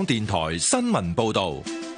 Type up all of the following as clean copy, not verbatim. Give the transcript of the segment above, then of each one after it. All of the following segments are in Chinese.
電台新聞報道。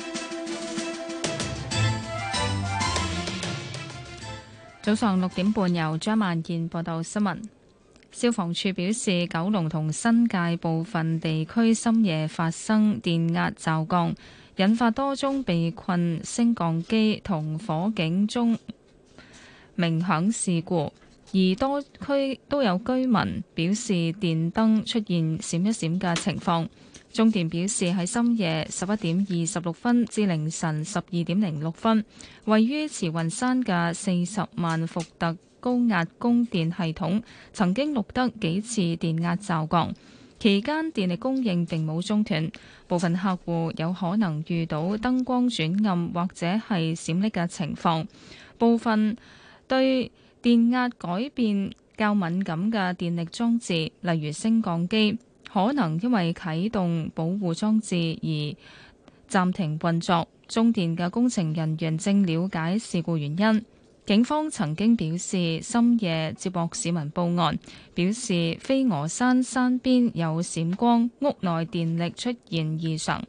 早上6點半，由張萬燕報道新聞。消防處表示，九龍同新界部分地區深夜發生電壓驟降，引發多宗被困升降機同火警鐘鳴響事故，而多區都有居民表示電燈出現閃一閃嘅情況。中電表示，喺深夜11點26分至凌晨12點06分，位於慈雲山嘅40萬伏特高壓供電系統曾經錄得幾次電壓驟降，期間電力供應並冇中斷。部分客戶有可能遇到燈光轉暗或者係閃爍嘅情況。部分對電壓改變較敏感嘅電力裝置，例如升降機，可能因為啟動保護裝置而暫停運作。中電嘅工程人員正了解事故原因。警方曾經表示，深夜接獲市民報案，表示飛鵝山山邊有閃光，屋內電力出現異常。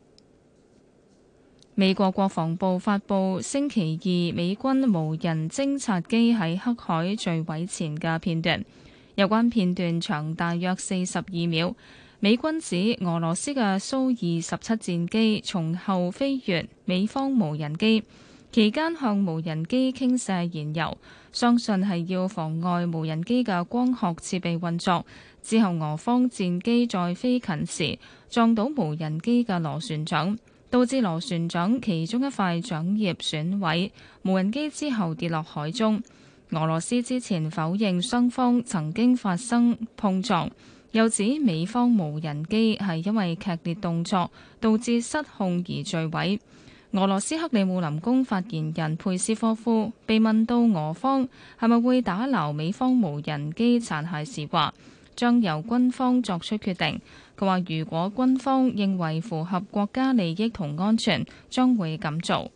美國國防部發布星期二美軍無人偵察機喺黑海墜毀前嘅片段，有關片段長大約42秒。美軍指俄羅斯嘅蘇27戰機從後飛越美方無人機，期間向無人機傾瀉燃油，相信係要妨礙無人機嘅光學設備運作。之後俄方戰機再飛近時撞到無人機嘅螺旋槳，導致螺旋槳其中一塊槳葉損毀，無人機之後跌落海中。俄羅斯之前否認雙方曾經發生碰撞，又指美方無人機係因為劇烈動作導致失控而墜毀。俄羅斯克里姆林宮發言人佩斯科夫被問到俄方係咪會打撈美方無人機殘骸時，話將由軍方作出決定。佢話如果軍方認為符合國家利益同安全，將會咁做。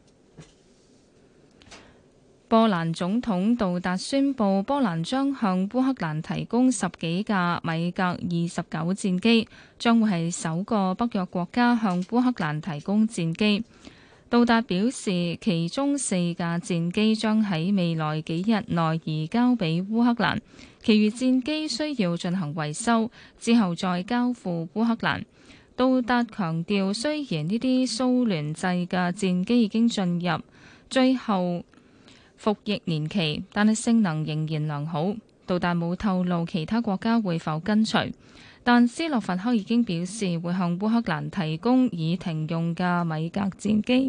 波蘭總統杜達宣布，波蘭將向烏克蘭提供10幾架米格29戰機，將會係首個北約國家向烏克蘭提供戰機。杜達表示，其中4架戰機將喺未來幾日內移交俾烏克蘭，其餘戰機需要進行維修，之後再交付烏克蘭。杜達強調，雖然呢啲蘇聯製嘅戰機已經進入最後服役年期，但係性能仍然良好。杜達冇透露其他國家會否跟隨，但斯洛伐克已經表示會向烏克蘭提供已停用嘅米格戰機。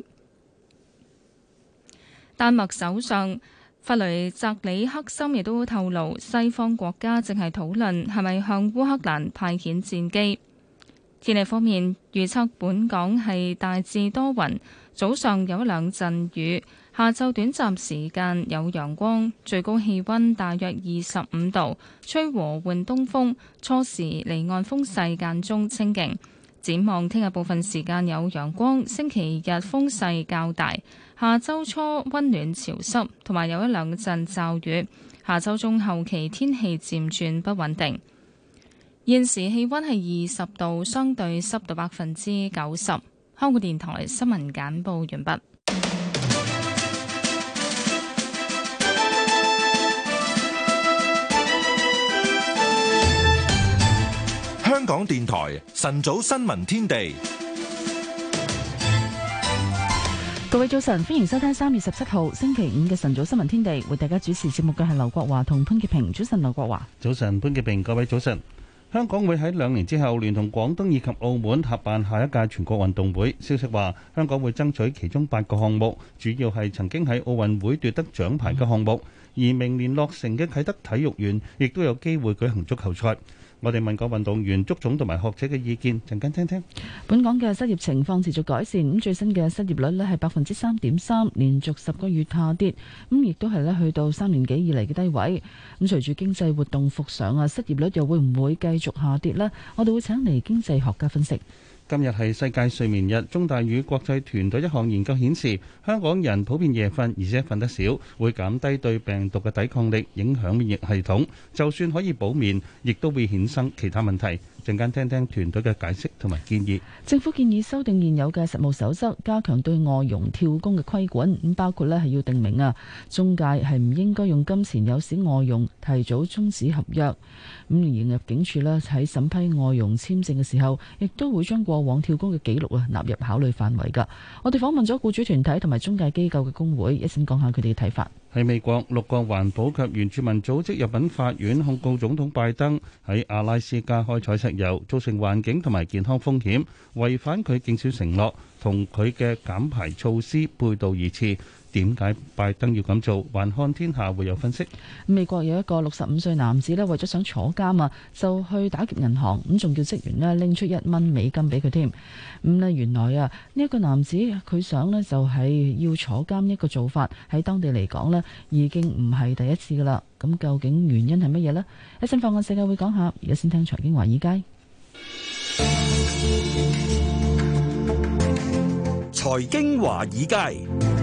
丹麥首相弗雷澤里克森亦都透露，西方國家正係討論係咪向烏克蘭派遣戰機。天氣方面，預測本港係大致多雲，早上有一兩陣雨，下晝短暫時間有陽光，最高氣溫大約25度，吹和緩東風，初時離岸風勢間中清勁。展望聽日部分時間有陽光，星期日風勢較大，下週初溫暖潮濕，同埋有一兩陣驟雨。下週中後期天氣漸轉不穩定。現時氣溫係20度，相對濕度90%。香港電台新聞簡報完畢。 香港電台晨早新聞天地， 各位早晨，歡迎收聽3月17號星期五嘅晨早新聞天地，為大家主持節目嘅係劉國華同潘潔平。早晨，劉國華。早晨，潘潔平。各位早晨。香港會喺2年之後聯同廣東以及澳門合辦下一屆全國運動會。消息話，香港會爭取其中8個項目，主要係曾經喺奧運會奪得獎牌嘅項目。而明年落成嘅啟德體育園亦都有機會舉行足球賽。我哋問過運動員、足總同埋學者嘅意見，陣間聽聽。本港嘅失業情況持續改善，咁最新嘅失業率咧係3.3%，連續10個月下跌，咁亦都係咧去到3年幾以嚟嘅低位。咁隨住經濟活動復上啊，失業率又會唔會繼續下跌呢？我哋會請嚟經濟學家分析。今日係世界睡眠日，中大與國際團隊一項研究顯示，香港人普遍夜瞓，而且瞓得少，會減低對病毒嘅抵抗力，影響免疫系統。就算可以補眠，亦都會衍生其他問題。 陣間聽聽團隊嘅解釋同埋建議。 政府建議修訂現有嘅實務守則，加強對外傭跳工嘅規管。咁包括咧係要定明中介係唔應該用金錢誘使外傭提早終止合約。而入境處咧喺審批外傭簽證嘅時候，亦都會將過往跳工嘅記錄納入考慮範圍㗎。我哋訪問咗僱主團體同埋中介機構嘅工會，一先講下佢哋嘅睇法。 喺美國，6個環保及原住民組織入稟法院控告總統拜登喺阿拉斯加開採石油，造成環境同埋健康風險，違反佢競選承諾，同佢嘅減排措施背道而馳。點解拜登要咁做？環看天下會有分析。 美國有一個65歲男子咧，為咗想坐監就去打劫銀行，咁仲叫職員咧拎出1蚊美金俾佢添。原來呢一個男子佢想呢就係要坐監，一個做法喺當地嚟講呢已經唔係第一次噶啦。咁究竟原因係乜嘢呢？一陣放眼世界會講下，而家先聽財經華爾街。 財經華爾街。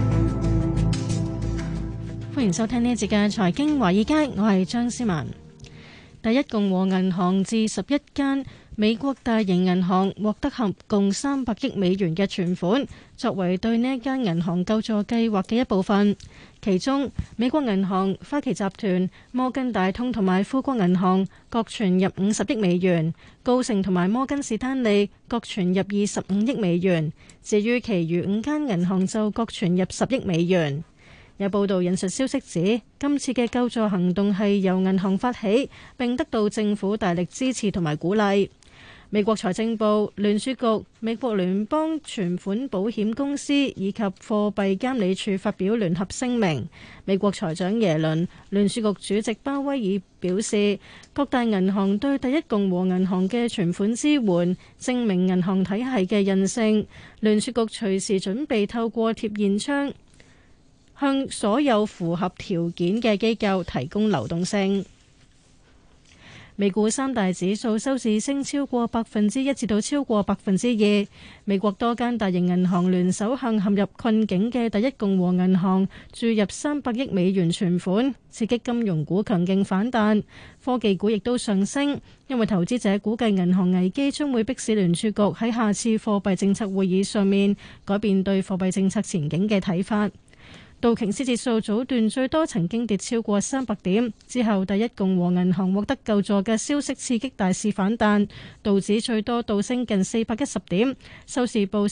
歡迎收聽呢一節嘅財經華爾街，我係張思文。第一共和銀行自11間美國大型銀行獲得合共300億美元嘅存款，作為對呢一間銀行救助計劃嘅一部分。其中，美國銀行、花旗集團、摩根大通同埋富國銀行各存入50億美元，高盛同埋摩根士丹利各存入25億美元。至於其餘5間銀行就各存入10億美元。有報道引述消息指，今次嘅救助行動係由銀行發起，並得到政府大力支持同埋鼓勵。美國財政部、聯儲局、美國聯邦存款保險公司以及貨幣監理處發表聯合聲明。美國財長耶倫、聯儲局主席鮑威爾表示，各大銀行對第一共和銀行嘅存款支援，證明銀行體系嘅韌性。聯儲局隨時準備透過貼現窗向所有符合條件嘅機構提供流動性。美股三大指數收市升超過1%至到超過2%。美國多間大型銀行聯手向陷入困境嘅第一共和銀行注入300億美元存款，刺激金融股強勁反彈。科技股亦都上升，因為投資者估計銀行危機將會迫使聯儲局喺下次貨幣政策會議上面改變對貨幣政策前景嘅睇法。道瓊斯指數早段最多曾經跌超過300點，之後第一共和銀行獲得救助嘅消息刺激大市反彈，道指最多倒升近410點，收市報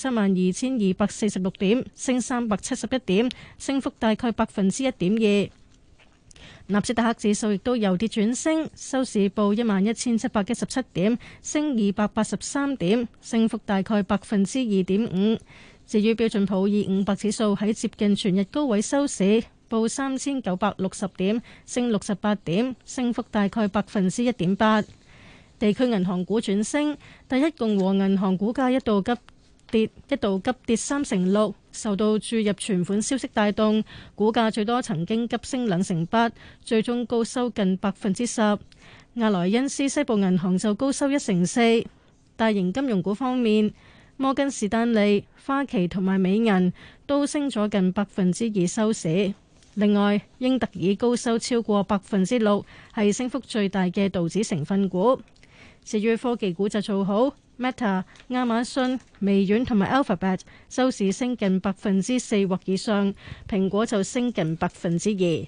32,246點，升371點，升幅大概1.2%。納斯達克指數亦都由跌轉升，收市報11,717點，升283點，升幅大概2.5%。至於標準普爾500指數喺接近全日高位收市，報3,960點，升68點，升幅大概1.8%。地區銀行股轉升，第一共和銀行股價一度急跌36%，受到注入存款消息帶動，股價最多曾經急升2%，最終高收近10%。亞萊恩斯西部銀行就高收1%。大型金融股方面，摩根士丹利、花旗同埋美銀都升咗近2%收市。另外，英特爾高收超過6%，係升幅最大嘅道指成分股。至於科技股就做好 ，Meta、亞馬遜、微軟同埋 Alphabet 收市升近4%或以上，蘋果就升近2%。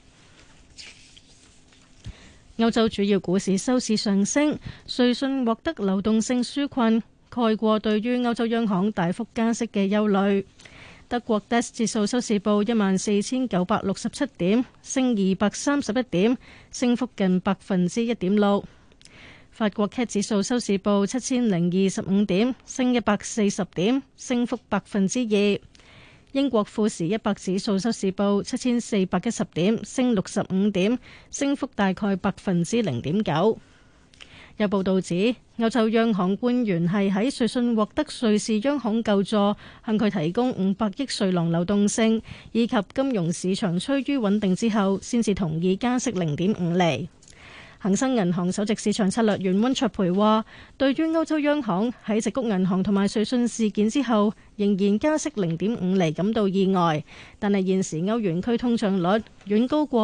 歐洲主要股市收市上升，瑞信獲得流動性紓困，蓋過對於歐洲央行大幅加息嘅憂慮。德國 DAX 指數收市報14,967點，升231點，升幅近1.6%。法國 CAC 指數收市報7,025點，升140點，升幅2%。英國富時100指數收市報7,410點，升65點，升幅大概0.9%。有報道指，歐洲央行官員係喺瑞信獲得瑞士央行救助，向佢提供500億瑞郎流動性，以及金融市場趨於穩定之後，先至同意加息0.5厘。恒生銀行首席市場策略員溫卓培話，對於歐洲央行喺矽谷銀行同埋瑞信事件之後，仍然加息0.5厘感到意外，但係現時歐元區通脹率遠高過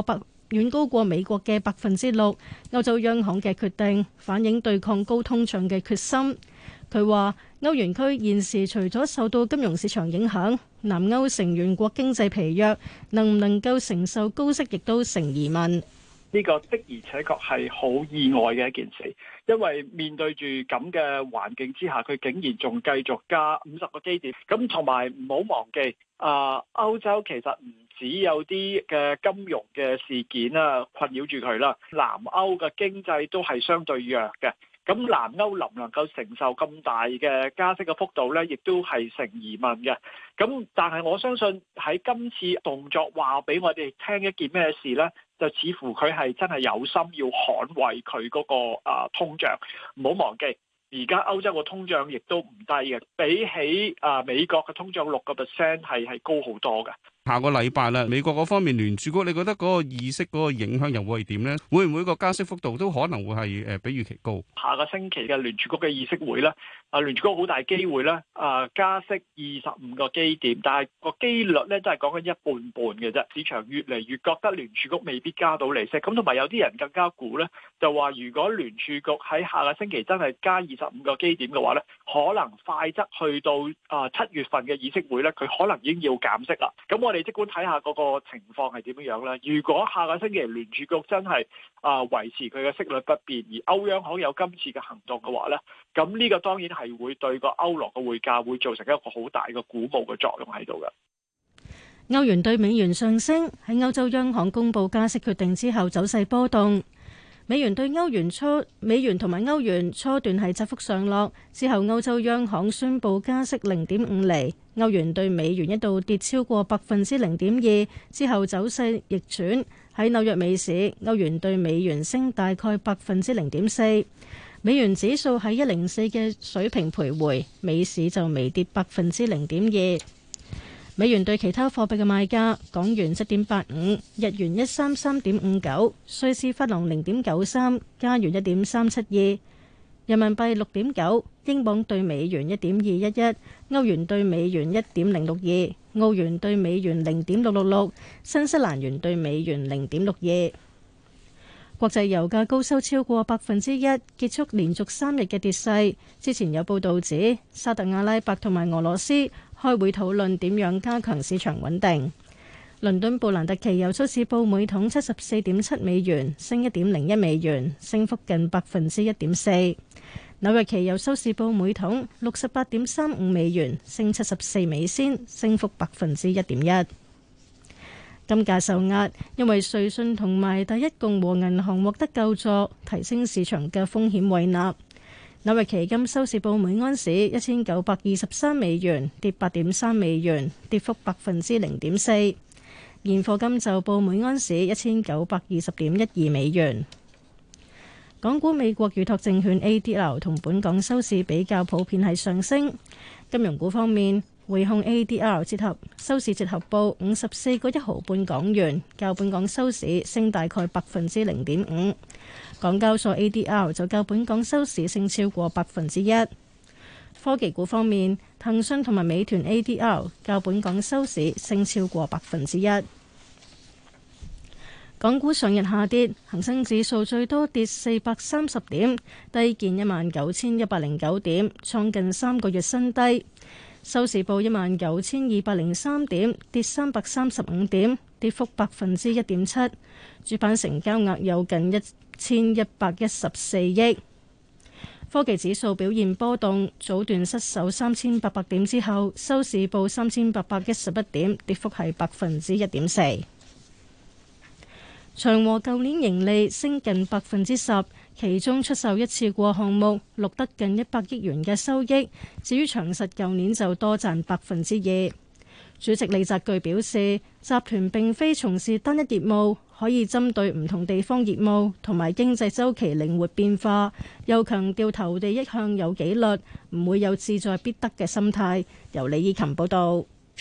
遠高過美國嘅6%。歐洲央行嘅決定反映對抗高通脹嘅決心。佢話歐元區現時除咗受到金融市場影響，南歐成員國經濟疲弱，能唔能夠承受高息亦都成疑問。 呢個的而且確係好意外嘅一件事，因為面對住咁嘅環境之下，佢竟然仲繼續加50個基點。咁同埋唔好忘記，歐洲其實唔只有啲嘅金融嘅事件啊困擾住佢啦，南歐嘅經濟都係相對弱嘅。咁南歐能唔能夠承受咁大嘅加息嘅幅度呢？亦都係成疑問嘅。咁但係我相信喺今次動作話俾我哋聽一件咩事呢？就似乎佢係真係有心要捍衛佢嗰個通脹。唔好忘記，而家歐洲個通脹亦都唔低嘅，比起美國嘅通脹6%係高好多嘅。 下個禮拜啦，美國嗰方面聯儲局，你覺得嗰個議息嗰個影響又會係點呢？會唔會個加息幅度都可能會係比預期高？ 下個星期嘅聯儲局嘅議息會咧，聯儲局好大機會咧，加息25個基點，但係個機率咧都係講緊一半半嘅啫。市場越嚟越覺得聯儲局未必加到利息，咁同埋有啲人更加估咧，就話如果聯儲局喺下個星期真係加25個基點嘅話咧，可能快則去到7月份嘅議息會咧，佢可能已經要減息啦。咁我哋即管睇下嗰個情況係點樣咧。如果下個星期聯儲局真係維持佢嘅息率不變，而歐央行有今次嘅行動嘅話咧，咁呢個當然係會對個歐羅嘅匯價會造成一個好大嘅鼓舞嘅作用喺度嘅。 歐元對美元上升，喺歐洲央行公布加息決定之後，走勢波動。美元同埋歐元初段係窄幅上落，之後歐洲央行宣布加息0.5厘，歐元對美元一度跌超過0.2%，之後走勢逆轉。喺紐約美市，歐元對美元升大概0.4%，美元指數喺104嘅水平徘徊，美市就微跌0.2%。美元對其他貨幣嘅賣價：港元7.85，日元133.59，瑞士法郎0.93，加元1.372，人民幣6.9，英鎊對美元1.211，歐元對美元1.062，澳元對美元0.666，新西蘭元對美元0.62。國際油價高收超過1%，結束連續3日嘅跌勢。之前有報道指，沙特阿拉伯同埋俄羅斯開會討論點樣加強市場穩定。倫敦布蘭特期油收市報每桶74.7美元，升1.01美元，升幅近1.4%。紐約期油收市報每桶68.35美元，升74美仙，升幅1.1%。金價受壓，因為瑞信同埋第一共和銀行獲得救助，提升市場嘅風險胃納。紐約期金收市報每盎司1923美元，跌8.3美元，跌幅0.4%。現貨金就報每盎司1920.12美元。港股美國預託證券 ADR 同本港收市比較普遍係上升。金融股方面，匯控 ADR 收市折合報54個1毫半港元，較本港收市升大概0.5%。港交所 ADR 就較本港收市升超過1%。科技股方面，騰訊同埋美團 ADR 較本港收市升超過1%。港股上日下跌，恒生指數最多跌430點，低見19,109點，創近3個月新低。收市報19,203點，跌335點，跌幅1.7%。主板成交額有近1,114億。科技指數表現波動，早段失守3,800點之後，收市報3,811點，跌幅係1.4%。長和舊年盈利升近10%，其中出售一次過項目錄得近100億元嘅收益。至於長實舊年就多賺2%。主席李澤钜表示，集團並非從事單一業務，可以針對唔同地方業務同埋經濟週期靈活變化。又強調投地一向有紀律，唔會有志在必得嘅心態。由李以琴報導。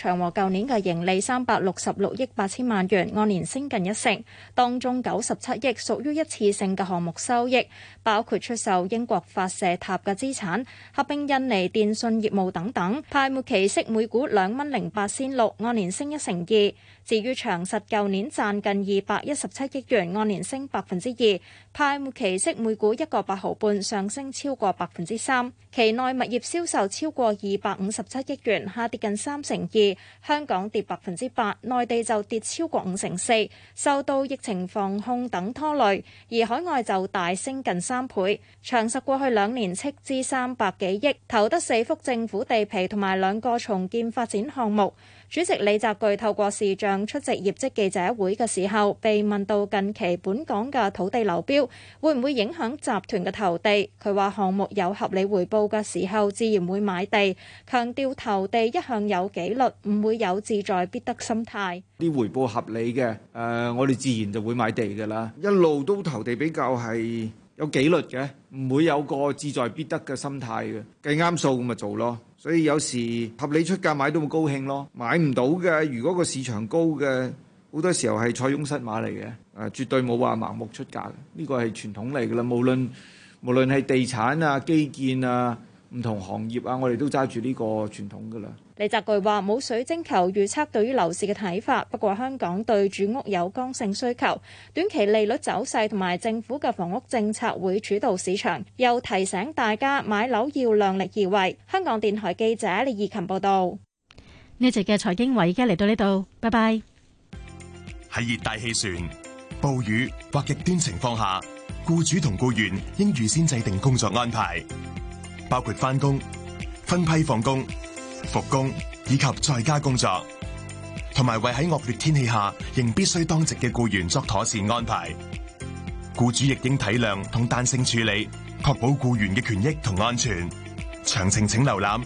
長和舊年嘅盈利366億8千萬元，按年升近1成，當中97億屬於一次性嘅項目收益，包括出售英國發射塔嘅資產、合併印尼電信業務等等。派末期息每股2.08仙，按年升1成2。至於長實舊年賺近217億元，按年升2%，派末期息每股1.8毫半，上升超過3%。期內物業銷售超過257億元，下跌近3%，香港跌8%，內地就跌超過5%，受到疫情防控等拖累，而海外就大升近3倍。長實過去2年斥資300幾億，投得4幅政府地皮同埋2個重建發展項目。主席李澤钜透過視像出席業績記者會嘅時候，被問到近期本港嘅土地流標會唔會影響集團嘅投地，佢話項目有合理回報嘅時候自然會買地，強調投地一向有紀律，唔會有志在必得心態。 啲回報合理嘅，我哋自然就會買地㗎啦。一路都投地比較係有紀律嘅，唔會有個志在必得嘅心態嘅，計啱數咁咪做咯。所以有時合理出價買到咁高興咯，買唔到嘅，如果個市場高嘅，好多時候係塞翁失馬嚟嘅，絕對冇話盲目出價，呢個係傳統嚟㗎啦。無論係地產啊、基建啊、唔同行業啊，我哋都揸住呢個傳統㗎啦。 李澤钜話冇水晶球預測對於樓市嘅睇法，不過香港對住屋有剛性需求，短期利率走勢同埋政府嘅房屋政策會主導市場。又提醒大家買樓要量力而為。香港電台記者李義琴報道。 呢節嘅財經話而家嚟到呢度，拜拜。 喺熱帶氣旋、暴雨或極端情況下，僱主同僱員應預先制定工作安排，包括返工、分批放工、復工以及在家工作，同埋為喺惡劣天氣下仍必須當值嘅僱員作妥善安排。僱主亦應體諒同彈性處理，確保僱員嘅權益同安全。詳情請瀏覽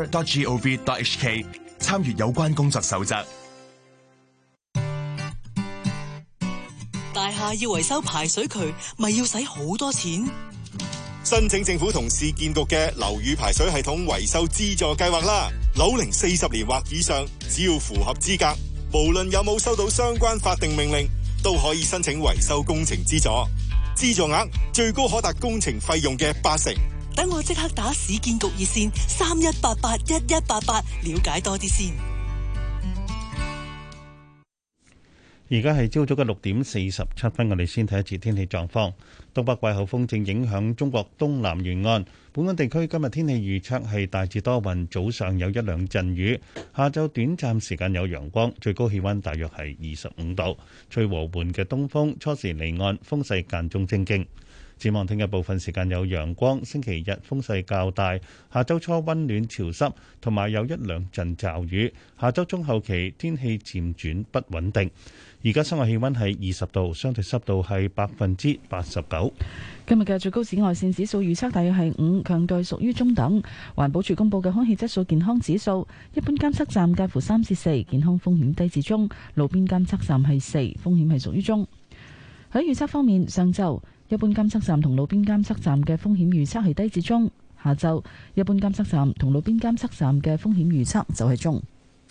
labour.gov.hk 參閱有關工作守則。 大廈要維修排水渠，咪要使好多錢？ 申請政府同市建局嘅樓宇排水系統維修資助計劃啦。樓齡40年或以上，只要符合資格，無論有冇收到相關法定命令，都可以申請維修工程資助。資助額最高可達工程費用嘅80%。 等我即刻打市建局熱線31881188，了解多啲先。 而家係朝早嘅6:47，我哋先睇一次天氣狀況。東北季候風正影響中國東南沿岸，本港地區今日天氣預測係大致多雲，早上有一兩陣雨，下晝短暫時間有陽光，最高氣溫大約係25度，吹和緩嘅東風，初時離岸，風勢間中清勁。展望聽日部分時間有陽光，星期日風勢較大，下周初溫暖潮濕，同埋有一兩陣驟雨，下周中後期天氣漸轉不穩定。而家室外氣溫係20度，相對濕度係89%。 今日嘅最高紫外線指數預測大約係5，強度屬於中等。環保署公布嘅空氣質素健康指數，一般監測站介乎3至4，健康風險低至中；路邊監測站係4，風險係屬於中。喺預測方面，上晝一般監測站同路邊監測站嘅風險預測係低至中；下晝一般監測站同路邊監測站嘅風險預測就係中。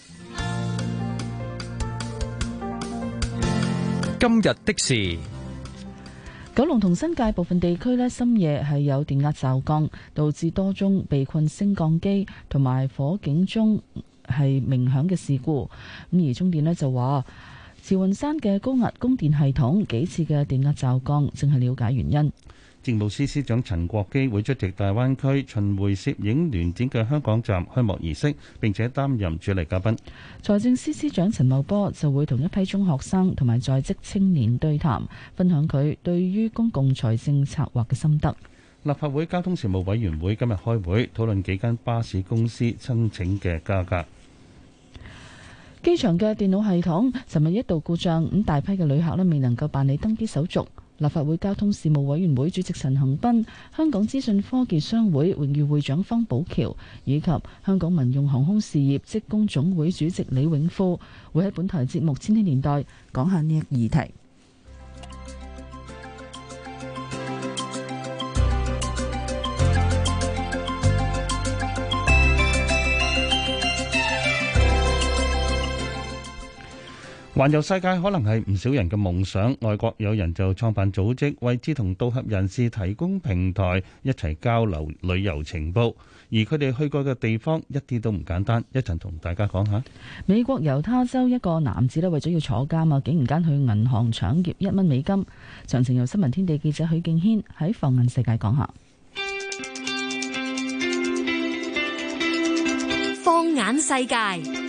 今日的事， 九龍同新界部分地區呢，深夜係有電壓驟降，導致多宗被困升降機同埋火警鐘係鳴響嘅事故。咁而中電呢就話，慈雲山嘅高壓供電系統幾次嘅電壓驟降，正係了解原因。 政務司司長陳國基會出席大灣區巡迴攝影聯展嘅香港站開幕儀式，並且擔任主禮嘉賓。 財政司司長陳茂波就會同一批中學生同埋在職青年對談，分享佢對於公共財政策劃嘅心得。 立法會交通事務委員會今日開會討論幾間巴士公司申請嘅加價。 機場嘅電腦系統尋日一度故障，咁大批嘅旅客咧未能夠辦理登機手續。立法會交通事務委員會主席陳恒鑌、香港資訊科技商會榮譽會長方寶橋以及香港民用航空事業職工總會主席李永富會喺本台節目《千禧年代》講下呢一議題。 環遊世界可能係唔少人嘅夢想，外國有人就創辦組織，為志同道合人士提供平台，一齊交流旅遊情報。而佢哋去過嘅地方一啲都唔簡單，一陣同大家講下。 美國猶他州一個男子咧，為咗要坐監啊，竟然間去銀行搶劫1蚊美金。詳情由新聞天地記者許敬軒喺放眼世界講下。 放眼世界。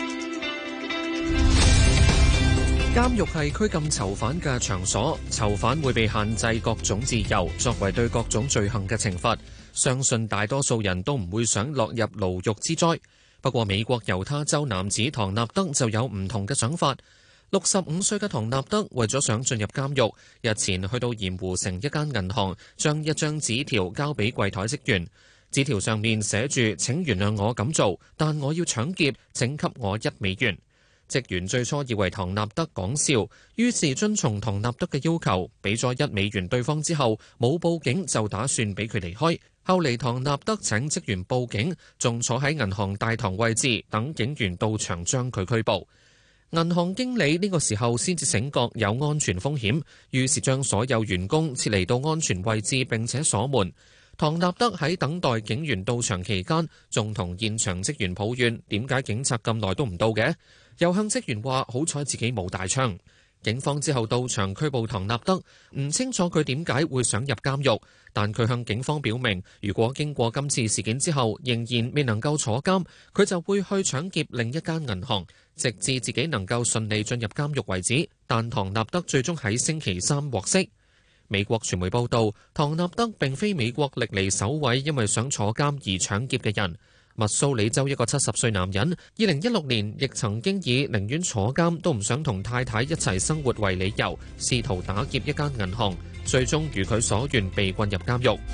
監獄係拘禁囚犯嘅場所，囚犯會被限制各種自由，作為對各種罪行嘅懲罰。相信大多數人都唔會想落入牢獄之災。不過美國猶他州男子唐納德就有唔同嘅想法。65歲嘅唐納德為咗想進入監獄，日前去到鹽湖城一間銀行，將一張紙條交俾櫃台職員。紙條上面寫住：請原諒我咁做，但我要搶劫，請給我1美元。職員最初以為唐納德講笑，於是遵從唐納德嘅要求，俾咗1美元對方之後，冇報警就打算俾佢離開。後嚟唐納德請職員報警，仲坐喺銀行大堂位置等警員到場將佢拘捕。銀行經理呢個時候先至醒覺有安全風險，於是將所有員工撤離到安全位置並且鎖門。唐納德喺等待警員到場期間，仲同現場職員抱怨點解警察咁耐都唔到嘅，又向職員話好彩自己冇帶槍。警方之後到場拘捕唐納德，唔清楚佢點解會想入監獄，但佢向警方表明，如果經過今次事件之後仍然未能夠坐監，佢就會去搶劫另一間銀行，直至自己能夠順利進入監獄為止。但唐納德最終喺星期3獲釋。美國傳媒報道，唐納德並非美國歷嚟首位因為想坐監而搶劫嘅人。密蘇里州一個70歲男人，2016年亦曾經以寧願坐監都唔想同太太一齊生活為理由，試圖打劫一間銀行，最終如佢所願被困入監獄。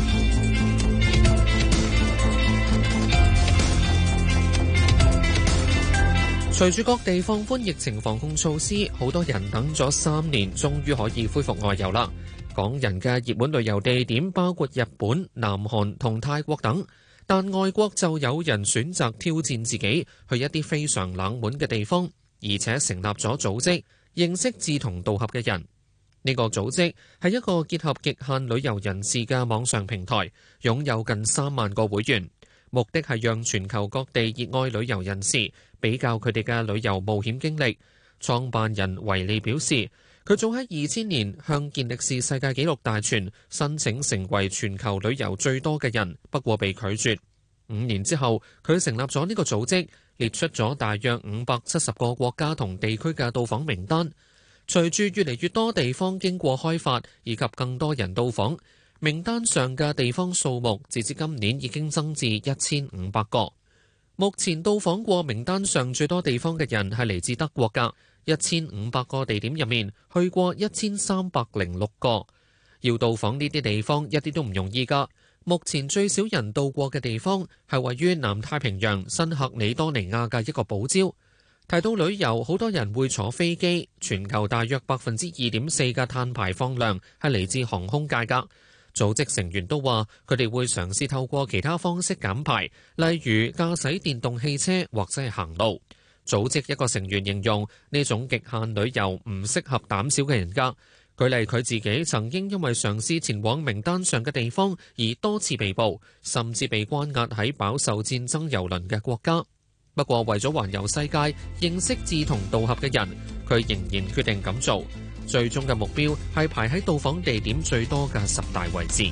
隨住各地放寬疫情防控措施，好多人等咗3年，終於可以恢復外遊啦。港人嘅熱門旅遊地點包括日本、南韓同泰國等。但外國就有人選擇挑戰自己，去一啲非常冷門嘅地方，而且成立咗組織，認識志同道合嘅人。呢個組織係一個結合極限旅遊人士嘅網上平台，擁有近3萬個會員，目的係讓全球各地熱愛旅遊人士比較佢哋嘅旅遊冒險經歷。創辦人維利表示，佢早喺2000年向健力士世界紀錄大全申請成為全球旅遊最多嘅人，不過被拒絕。5年之後，佢成立咗呢個組織，列出咗大約570個國家同地區嘅到訪名單。隨住越嚟越多地方經過開發，以及更多人到訪，名單上嘅地方數目截至今年已經增至1500個。目前到訪過名單上最多地方嘅人係嚟自德國㗎。1500個地點入面，去過1306個。要到訪呢啲地方一啲都唔容易㗎。目前最少人到過嘅地方係位於南太平洋新喀里多尼亞嘅一個堡礁。提到旅遊，好多人會坐飛機。全球大約2.4%嘅碳排放量係嚟自航空界㗎。組織成員都話，佢哋會嘗試透過其他方式減排，例如駕駛電動汽車或者係行路。組織一個成員形容呢種極限旅遊唔適合膽小嘅人㗎。舉例佢自己曾經因為嘗試前往名單上嘅地方而多次被捕，甚至被關押喺飽受戰爭蹂躪嘅國家。不過為咗環遊世界，認識志同道合嘅人，佢仍然決定咁做。最終嘅目標係排喺到訪地點最多嘅10大位置。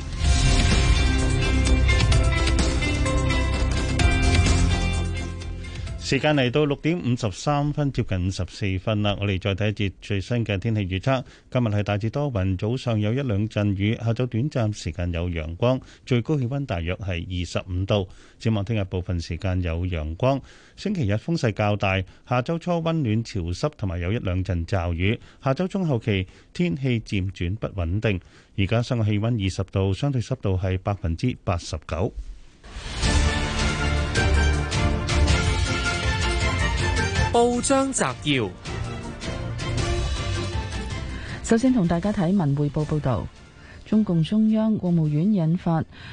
時間嚟到6點53分，接近54分啦。我哋再睇一節最新嘅天氣預測。今日係大致多雲，早上有1兩陣雨，下晝短暫時間有陽光，最高氣溫大約係25度。展望聽日部分時間有陽光，星期日風勢較大，下週初溫暖潮濕同埋有1兩陣驟雨，下週中後期天氣漸轉不穩定。而家室外氣溫20度，相對濕度係89%。 報章摘要， 首先同大家睇文匯報報道，中共中央、國務院印發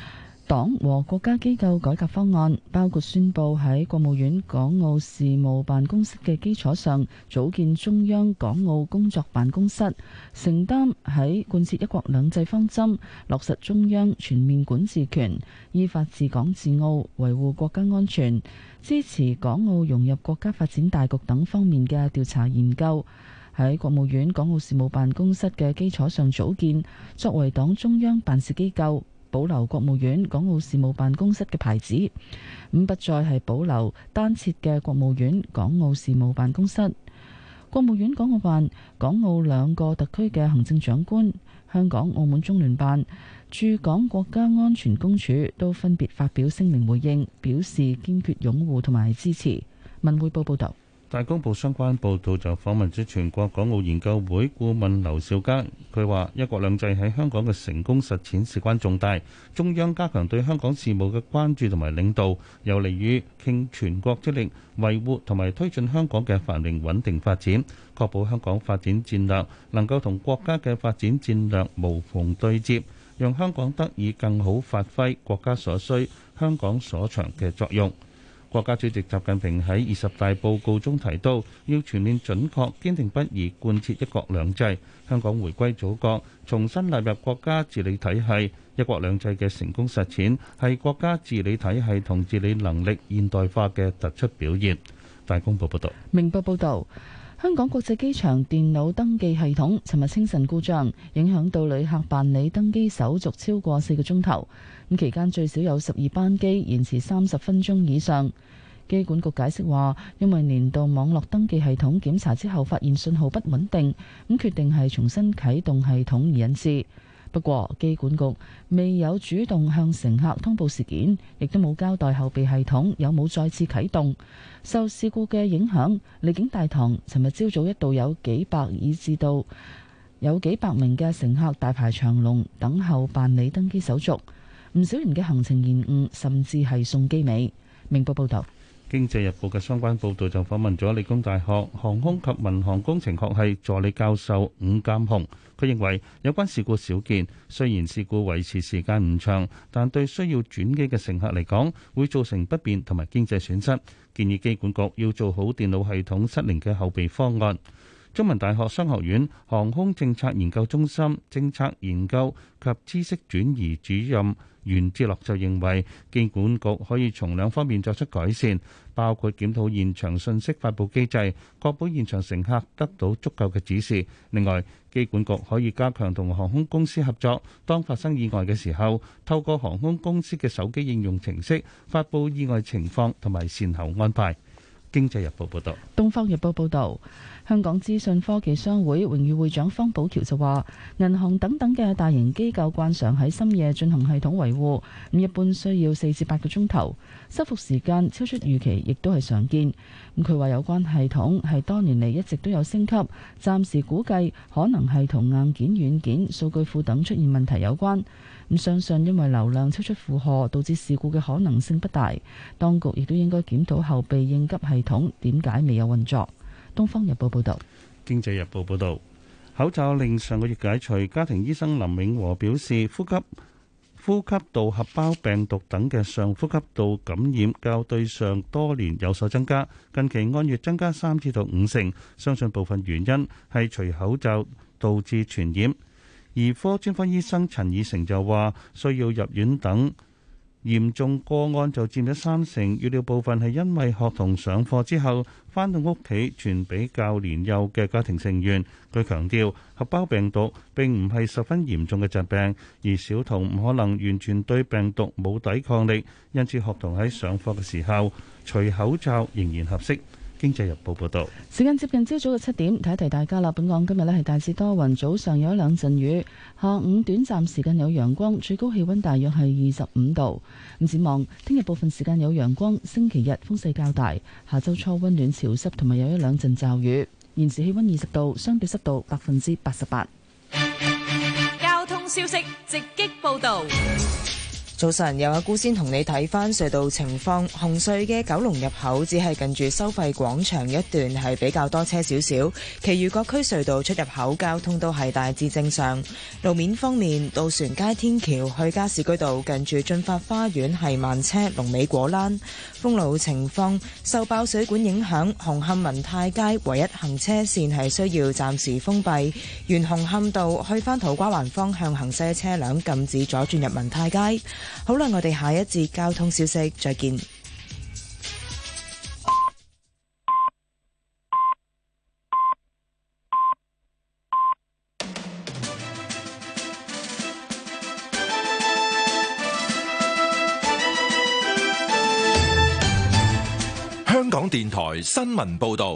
黨和國家機構改革方案，包括宣布喺國務院港澳事務辦公室嘅基礎上組建中央港澳工作辦公室，承擔喺貫徹一國兩制方針、落實中央全面管治權、依法治港治澳、維護國家安全、支持港澳融入國家發展大局等方面嘅調查研究，喺國務院港澳事務辦公室嘅基礎上組建，作為黨中央辦事機構，保留國務院港澳事務辦公室嘅牌子，不再係保留單設嘅國務院港澳事務辦公室。國務院港澳辦、港澳兩個特區嘅行政長官、香港、澳門中聯辦、駐港國家安全公署都分別發表聲明回應，表示堅決擁護同埋支持。文匯報報道。 大公報相關報導就訪問咗全國港澳研究會顧問劉兆佳，佢話：一國兩制喺香港嘅成功實踐事關重大，中央加強對香港事務嘅關注同埋領導，有利於傾全國之力維護同埋推進香港嘅繁榮穩定發展，確保香港發展戰略能夠同國家嘅發展戰略無縫對接，讓香港得以更好發揮國家所需、香港所長嘅作用。國家主席習近平喺20大報告中提到，要全面準確、堅定不移貫徹一國兩制，香港回歸祖國，重新納入國家治理體系。一國兩制嘅成功實踐係國家治理體系同治理能力現代化嘅突出表現。大公報報道。 明報報道，香港國際機場電腦登記系統尋日清晨故障，影響到旅客辦理登機手續超過4個鐘頭。咁期間最少有12班機延遲30分鐘以上。機管局解釋話，因為年度網絡登記系統檢查之後發現信號不穩定，咁決定係重新啟動系統而引致。不過機管局未有主動向乘客通報事件，亦都冇交代後備系統有冇再次啟動。受事故嘅影響，離境大堂尋日朝早一度有幾百以至到有幾百名嘅乘客大排長龍等候辦理登機手續，唔少人嘅行程延誤，甚至係送機尾。明報報道。 《經濟日報》嘅相關報導就訪問咗理工大學航空及民航工程學系助理教授伍鑑雄，佢認為有關事故少見，雖然事故維持時間唔長，但對需要轉機嘅乘客嚟講會造成不便同埋經濟損失，建議機管局要做好電腦系統失靈嘅後備方案。中文大學商學院航空政策研究中心政策研究及知識轉移主任袁志樂就認為，機管局可以從兩方面作出改善，包括檢討現場信息發佈機制，確保現場乘客得到足夠嘅指示。另外，機管局可以加強同航空公司合作，當發生意外嘅時候，透過航空公司嘅手機應用程式發佈意外情況同埋善後安排。經濟日報報道。 東方日報報道，香港資訊科技商會榮譽會長方寶橋就話，銀行等等嘅大型機構慣常喺深夜進行系統維護，咁一般需要4至8個鐘頭，修復時間超出預期，亦都係常見。咁佢話有關系統係多年嚟一直都有升級，暫時估計可能係同硬件、軟件、數據庫等出現問題有關。咁相信因為流量超出負荷，導致事故嘅可能性不大。當局亦都應該檢討後備應急系統點解未有運作。東方日報報道。 經濟日報報道，口罩令上個月解除，家庭醫生林永和表示，呼吸道合胞病毒等嘅上呼吸道感染較對上多年有所增加，近期按月增加3至5成，相信部分原因係除口罩導致傳染。兒科專科醫生陳以誠就話，需要入院等嚴重個案就佔咗3成，預料部分係因為學童上課之後返到屋企傳俾較年幼嘅家庭成員。佢強調，合胞病毒並唔係十分嚴重嘅疾病，而小童唔可能完全對病毒冇抵抗力，因此學童喺上課嘅時候除口罩仍然合適。經濟日報報道， 時間接近朝早嘅7點，提一提大家啦。本港今日呢係大致多雲，早上有一兩陣雨，下午短暫時間有陽光，最高氣溫大約係25度。咁展望聽日部分時間有陽光，星期日風勢較大，下周初溫暖潮濕，同埋有一兩陣驟雨。現時氣溫20度，相對濕度88%。 交通消息直擊報道。 早晨，有阿姑先同你睇翻隧道情況。紅隧嘅九龍入口只係近住收費廣場一段係比較多車少少，其餘各區隧道出入口交通都係大致正常。路面方面，渡船街天橋去加士居道近住駿發花園係慢車，龍尾果欄。封路情況，受爆水管影響，紅磡民泰街唯一行車線係需要暫時封閉，沿紅磡道去返土瓜灣方向行駛車輛禁止左轉入民泰街。好啦，我哋下一節交通消息再見。 香港電台新聞報道。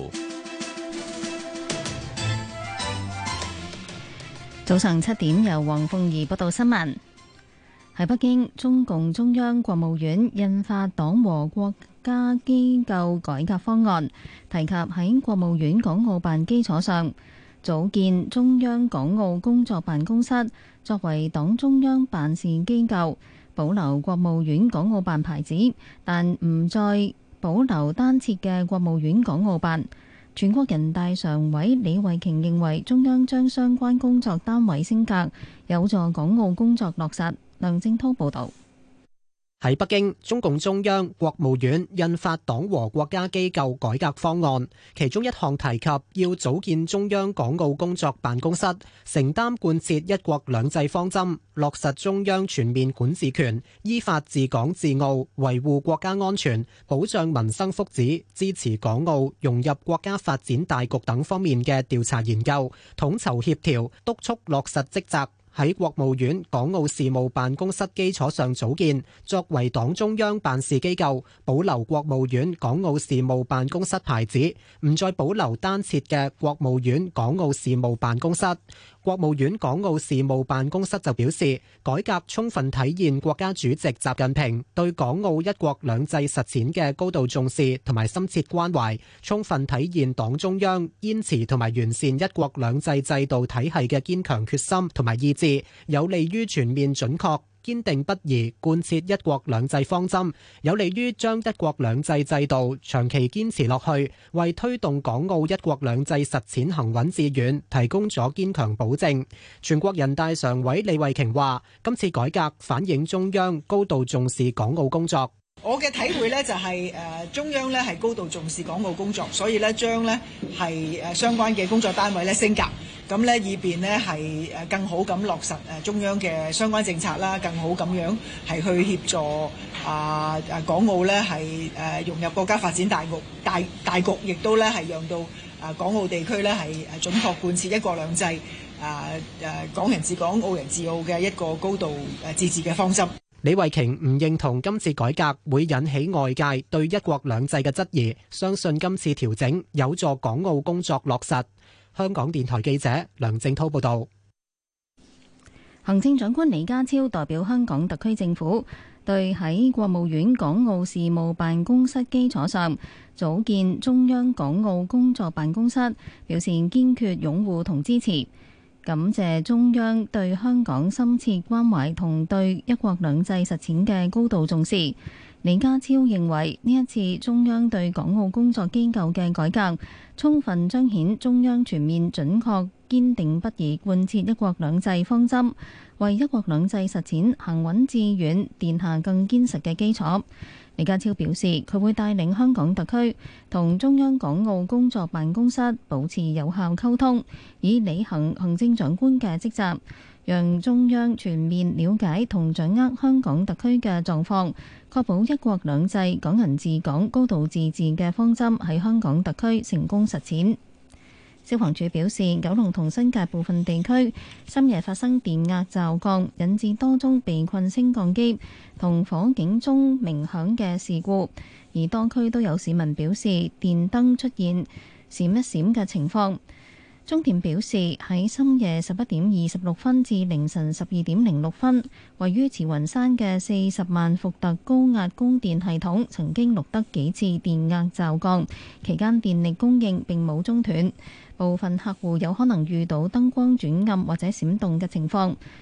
早上7點，由黃鳳儀報道新聞。喺北京，中共中央國務院印發黨和國家機構改革方案，提及喺國務院港澳辦基礎上組建中央港澳工作辦公室，作為黨中央辦事機構，保留國務院港澳辦牌子，但唔再保留單設嘅國務院港澳辦。全國人大常委李慧瓊認為，中央將相關工作單位升格，有助港澳工作落實。梁正濤報道。 喺北京，中共中央、國務院印發黨和國家機構改革方案，其中一項提及要組建中央港澳工作辦公室，承擔貫徹一國兩制方針，落實中央全面管治權，依法治港治澳，維護國家安全，保障民生福祉，支持港澳融入國家發展大局等方面嘅調查研究，統籌協調，督促落實職責。喺國務院港澳事務辦公室基礎上組建，作為黨中央辦事機構，保留國務院港澳事務辦公室牌子，唔再保留單設嘅國務院港澳事務辦公室。國務院港澳事務辦公室就表示，改革充分體現國家主席習近平對港澳一國兩制實踐嘅高度重視同埋深切關懷，充分體現黨中央堅持同埋完善一國兩制制度體系嘅堅強決心同埋意志，有利於全面準確堅定不移貫徹一國兩制方針，有利於將一國兩制制度長期堅持落去，為推動港澳一國兩制實踐行穩致遠提供咗堅強保證。全國人大常委李慧瓊話：今次改革反映中央高度重視港澳工作。 我嘅體會呢就係中央呢係高度重視港澳工作，所以呢將呢係相關嘅工作單位呢升格，咁呢以便呢係更好咁落實中央嘅相關政策啦，更好咁樣係去協助港澳呢係融入國家發展大局，亦都呢係讓到港澳地區呢係準確貫徹一國兩制港人治港、澳人治澳嘅一個高度自治嘅方針。 李慧瓊唔認同今次改革會引起外界對一國兩制嘅質疑，相信今次調整有助港澳工作落實。香港電台記者梁正濤報道。 行政長官李家超代表香港特區政府，對喺國務院港澳事務辦公室基礎上組建中央港澳工作辦公室表示堅決擁護同支持，感謝中央對香港深切關懷同對一國兩制實踐嘅高度重視。李家超認為呢一次中央對港澳工作機構嘅改革，充分彰顯中央全面準確堅定不移貫徹一國兩制方針，為一國兩制實踐行穩致遠奠下更堅實嘅基礎。李家超表示，佢會帶領香港特區同中央港澳工作辦公室保持有效溝通，以履行行政長官嘅職責，讓中央全面了解同掌握香港特區嘅狀況，確保一國兩制、港人治港、高度自治嘅方針喺香港特區成功實踐。消防處表示，九龍同新界部分地區深夜發生電壓驟降，引致多宗被困升降機同火警鐘鳴響嘅事故，而多區都有市民表示電燈出現閃一閃嘅情況。中電表示，喺深夜11點26分至凌晨12點06分，位於慈雲山嘅40萬伏特高壓供電系統曾經錄得幾次電壓驟降，期間電力供應並冇中斷。部分客戶有可能遇到燈光轉暗或者閃動嘅情況。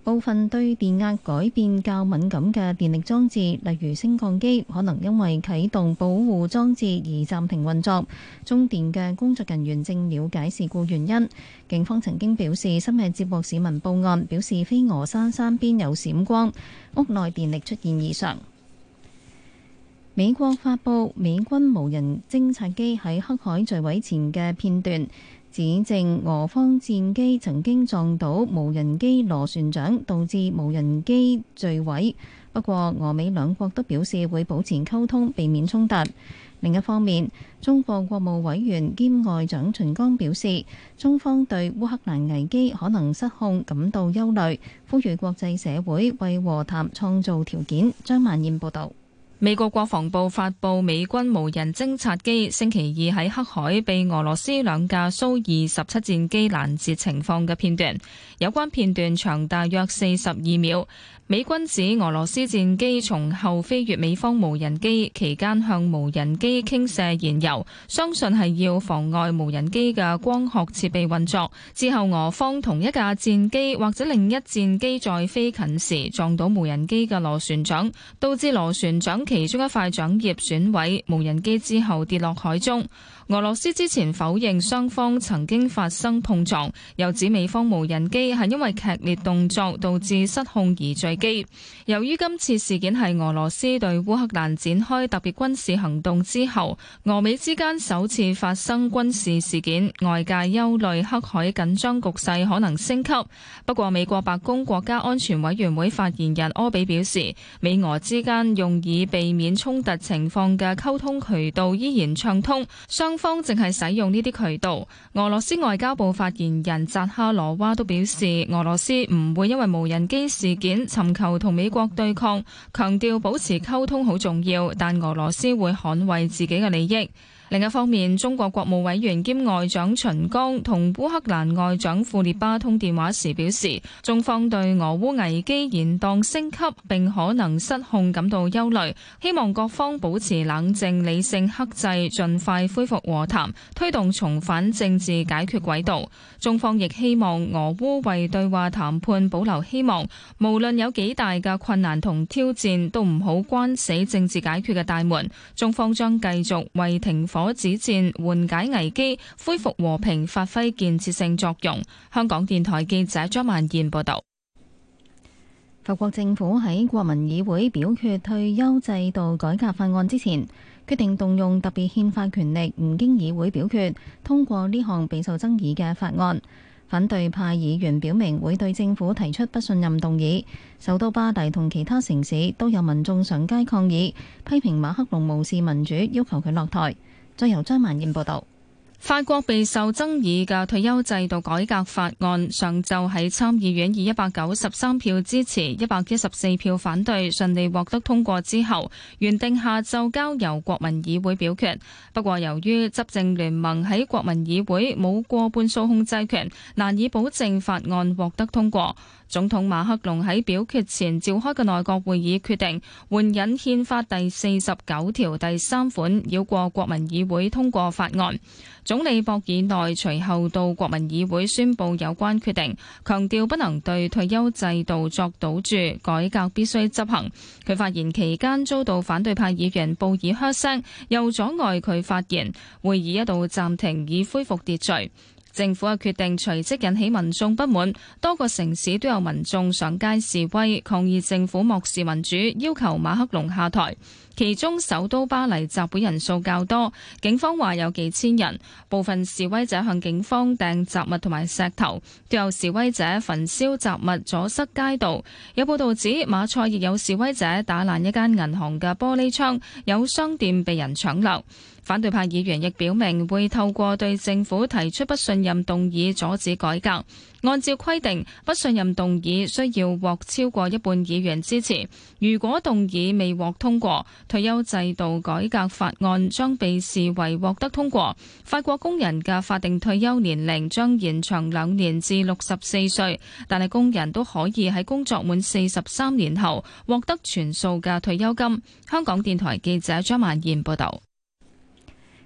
部分對電壓改變較敏感嘅電力裝置，例如升降機，可能因為啟動保護裝置而暫停運作。中電嘅工作人員正了解事故原因。警方曾經表示，深夜接獲市民報案，表示飛鵝山山邊有閃光，屋內電力出現異常。美國發布美軍無人偵察機喺黑海墜毀前嘅片段，指證俄方戰機曾經撞到無人機螺旋槳，導致無人機墜毀。不過，俄美兩國都表示會保持溝通，避免衝突。另一方面，中國國務委員兼外長秦剛表示，中方對烏克蘭危機可能失控感到憂慮，呼籲國際社會為和談創造條件。張萬燕報導。 美國國防部發布美軍無人偵察機星期二喺黑海被俄羅斯兩架蘇27戰機攔截情況嘅片段，有關片段長大約42秒。美軍指俄羅斯戰機從後飛越美方無人機，期間向無人機傾瀉燃油，相信係要妨礙無人機嘅光學設備運作。之後俄方同一架戰機或者另一戰機在飛近時撞到無人機嘅螺旋槳，導致螺旋槳其中一塊槳葉損毀，無人機之後跌落海中。俄羅斯之前否認雙方曾經發生碰撞，又指美方無人機係因為劇烈動作導致失控而墜機。由於今次事件係俄羅斯對烏克蘭展開特別軍事行動之後，俄美之間首次發生軍事事件，外界憂慮黑海緊張局勢可能升級。不過，美國白宮國家安全委員會發言人柯比表示，美俄之間用以避免衝突情況嘅溝通渠道依然暢通，雙方正係使用呢啲渠道。俄羅斯外交部發言人扎哈羅娃都表示，俄羅斯唔會因為無人機事件尋求同美國對抗，強調保持溝通好重要，但俄羅斯會捍衛自己嘅利益。另一方面，中國國務委員兼外長秦剛同烏克蘭外長庫列巴通電話時表示，中方對俄烏危機延宕升級並可能失控感到憂慮，希望各方保持冷靜、理性、克制，盡快恢復和談，推動重返政治解決軌道。中方亦希望俄烏為對話談判保留希望，無論有幾大嘅困難同挑戰，都唔好關死政治解決嘅大門。中方將繼續為停火止戰、緩解危機、恢復和平發揮建設性作用。香港電台記者張萬燕報道。 法國政府喺國民議會表決退休制度改革法案之前，決定動用特別憲法權力，唔經議會表決通過呢項備受爭議嘅法案。反對派議員表明會對政府提出不信任動議。首都巴黎同其他城市都有民眾上街抗議，批評馬克龍無視民主，要求佢落台。再由張萬燕報道。 法國備受爭議嘅退休制度改革法案上晝喺參議院以193票支持、114票反對順利獲得通過之後，原定下晝交由國民議會表決。不過由於執政聯盟喺國民議會冇過半數控制權，難以保證法案獲得通過。總統馬克龍喺表決前召開嘅內閣會議決定援引憲法第49條第3款，繞過國民議會通過法案。總理博爾內隨後到國民議會宣布有關決定，強調不能對退休制度作賭注，改革必須執行。佢發言期間遭到反對派議員報以噓聲，又阻礙佢發言，會議一度暫停以恢復秩序。政府嘅決定隨即引起民眾不滿，多個城市都有民眾上街示威，抗議政府漠視民主，要求馬克龍下台。其中首都巴黎集會人數較多，警方話有幾千人，部分示威者向警方掟雜物同埋石頭，都有示威者焚燒雜物阻塞街道。有報道指馬賽亦有示威者打爛一間銀行嘅玻璃窗，有商店被人搶掠。反對派議員亦表明會透過對政府提出不信任動議阻止改革。按照規定，不信任動議需要獲超過一半議員支持。如果動議未獲通過，退休制度改革法案將被視為獲得通過。法國工人嘅法定退休年齡將延長2年至64歲，但係工人都可以喺工作滿43年後獲得全數嘅退休金。香港電台記者張萬燕報道。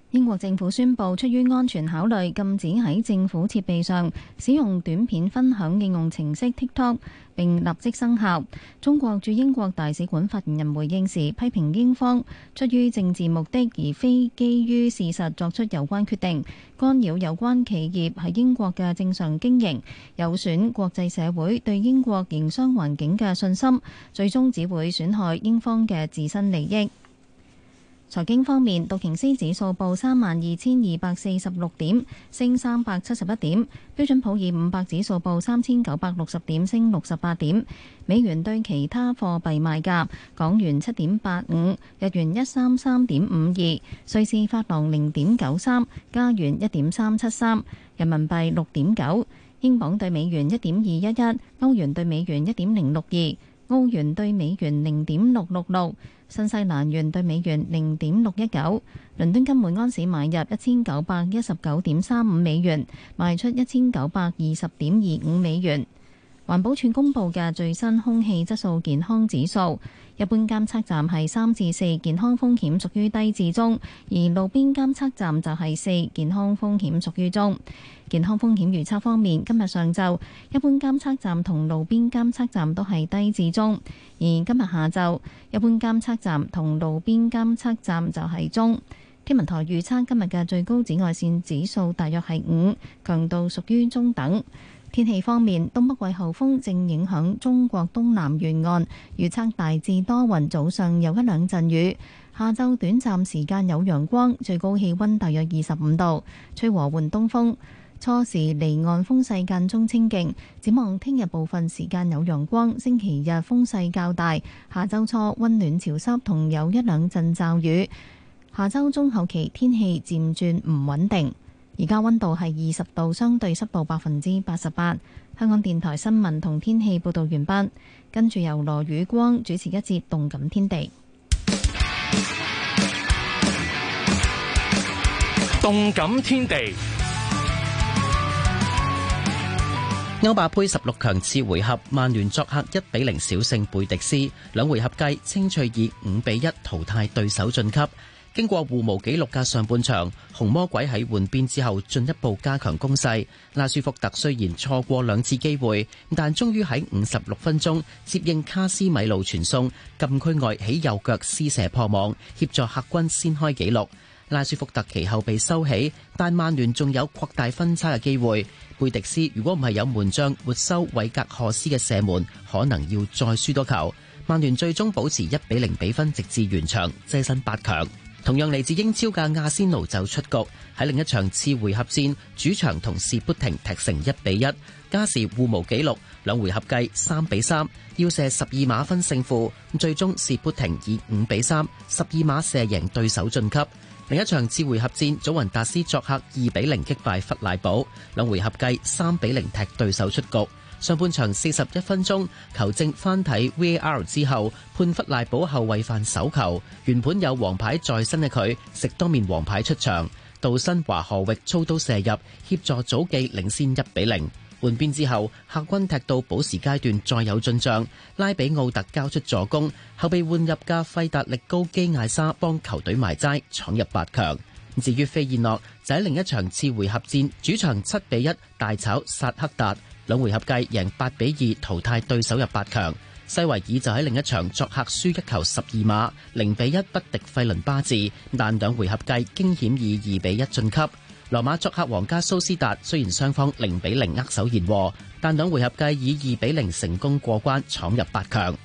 英國政府宣布，出於安全考慮，禁止喺政府設備上使用短片分享應用程式 TikTok， 並立即生效。中國駐英國大使館發言人回應時批評英方出於政治目的而非基於事實作出有關決定，干擾有關企業喺英國嘅正常經營，有損國際社會對英國營商環境嘅信心，最終只會損害英方嘅自身利益。財經方面，道瓊斯指數報32,246點，升371點；標準普爾500指數報3,960點，升68點。美元對其他貨幣賣價：港元7.85，日元133.52，瑞士法郎0.93，加元1.373，人民幣6.9，英鎊對美元1.211，歐元對美元1.062，澳元對美元0.666。新西蘭元對美元0.619，倫敦金每安士買入1919.35美元，賣出1920.25美元。環保署公布嘅最新空氣質素健康指數，一般監測站係3至4，健康風險屬於低至中；而路邊監測站就係4，健康風險屬於中。健康風險預測方面，今日上晝一般監測站同路邊監測站都係低至中，而今日下晝一般監測站同路邊監測站就係中。天文台預測今日嘅最高紫外線指數大約係5，強度屬於中等。天氣方面，東北季候風正影響中國東南沿岸，預測大致多雲，早上有一兩陣雨，下晝短暫時間有陽光，最高氣溫大約25度，吹和緩東風。初時離岸風勢間中清勁，展望聽日部分時間有陽光，星期日風勢較大，下週初溫暖潮濕同有一兩陣驟雨，下週中後期天氣漸轉唔穩定。而家溫度係20度，相對濕度88%。香港電台新聞同天氣報導完畢，跟住由羅宇光主持一節動感天地。 動感天地。 歐霸盃16強次回合，曼聯作客1-0小勝貝迪斯，兩回合計清脆以5-1淘汰對手晉級。經過互無紀錄嘅上半場，紅魔鬼喺換邊之後進一步加強攻勢。拉舒福特雖然錯過兩次機會，但終於喺56分鐘接應卡斯米路傳送，禁區外起右腳施射破網，協助客軍先開紀錄。拉舒福特其後被收起，但曼聯仲有擴大分差嘅機會。貝迪斯如果唔係有門將沒收韋格荷斯嘅射門，可能要再輸多球。曼聯最終保持1-0比分，直至完場，躋身8強。同樣嚟自英超嘅阿仙奴就出局，喺另一場次回合戰，主場同士砵亭踢成1-1，加時互無紀錄，兩回合計3-3，要射12碼分勝負，最終士砵亭以5-3，12碼射贏對手晉級。另一場次回合戰，祖雲達斯作客2-0擊敗弗賴堡，兩回合計3-0踢對手出局。上半場41分鐘，球證翻睇 VAR 之後，判弗賴堡後衛犯手球，原本有黃牌在身嘅佢，食多面黃牌出場。杜新華何域操刀射入，協助祖記領先1-0。換邊之後，客軍踢到補時階段再有進帳，拉比奧特交出助攻，後被換入嘅費達力高基艾莎幫球隊埋齋，闖入8強。至於飛燕諾就喺另一場次回合戰，主場7-1大炒薩克達，兩回合計贏8-2淘汰對手入8強。西維爾就喺另一場作客輸1球12碼，0-1不敵費倫巴治，但兩回合計驚險以2-1晉級。羅馬作客皇家蘇斯達，雖然雙方0-0握手言和，但兩回合計以2-0成功過關，闖入8強。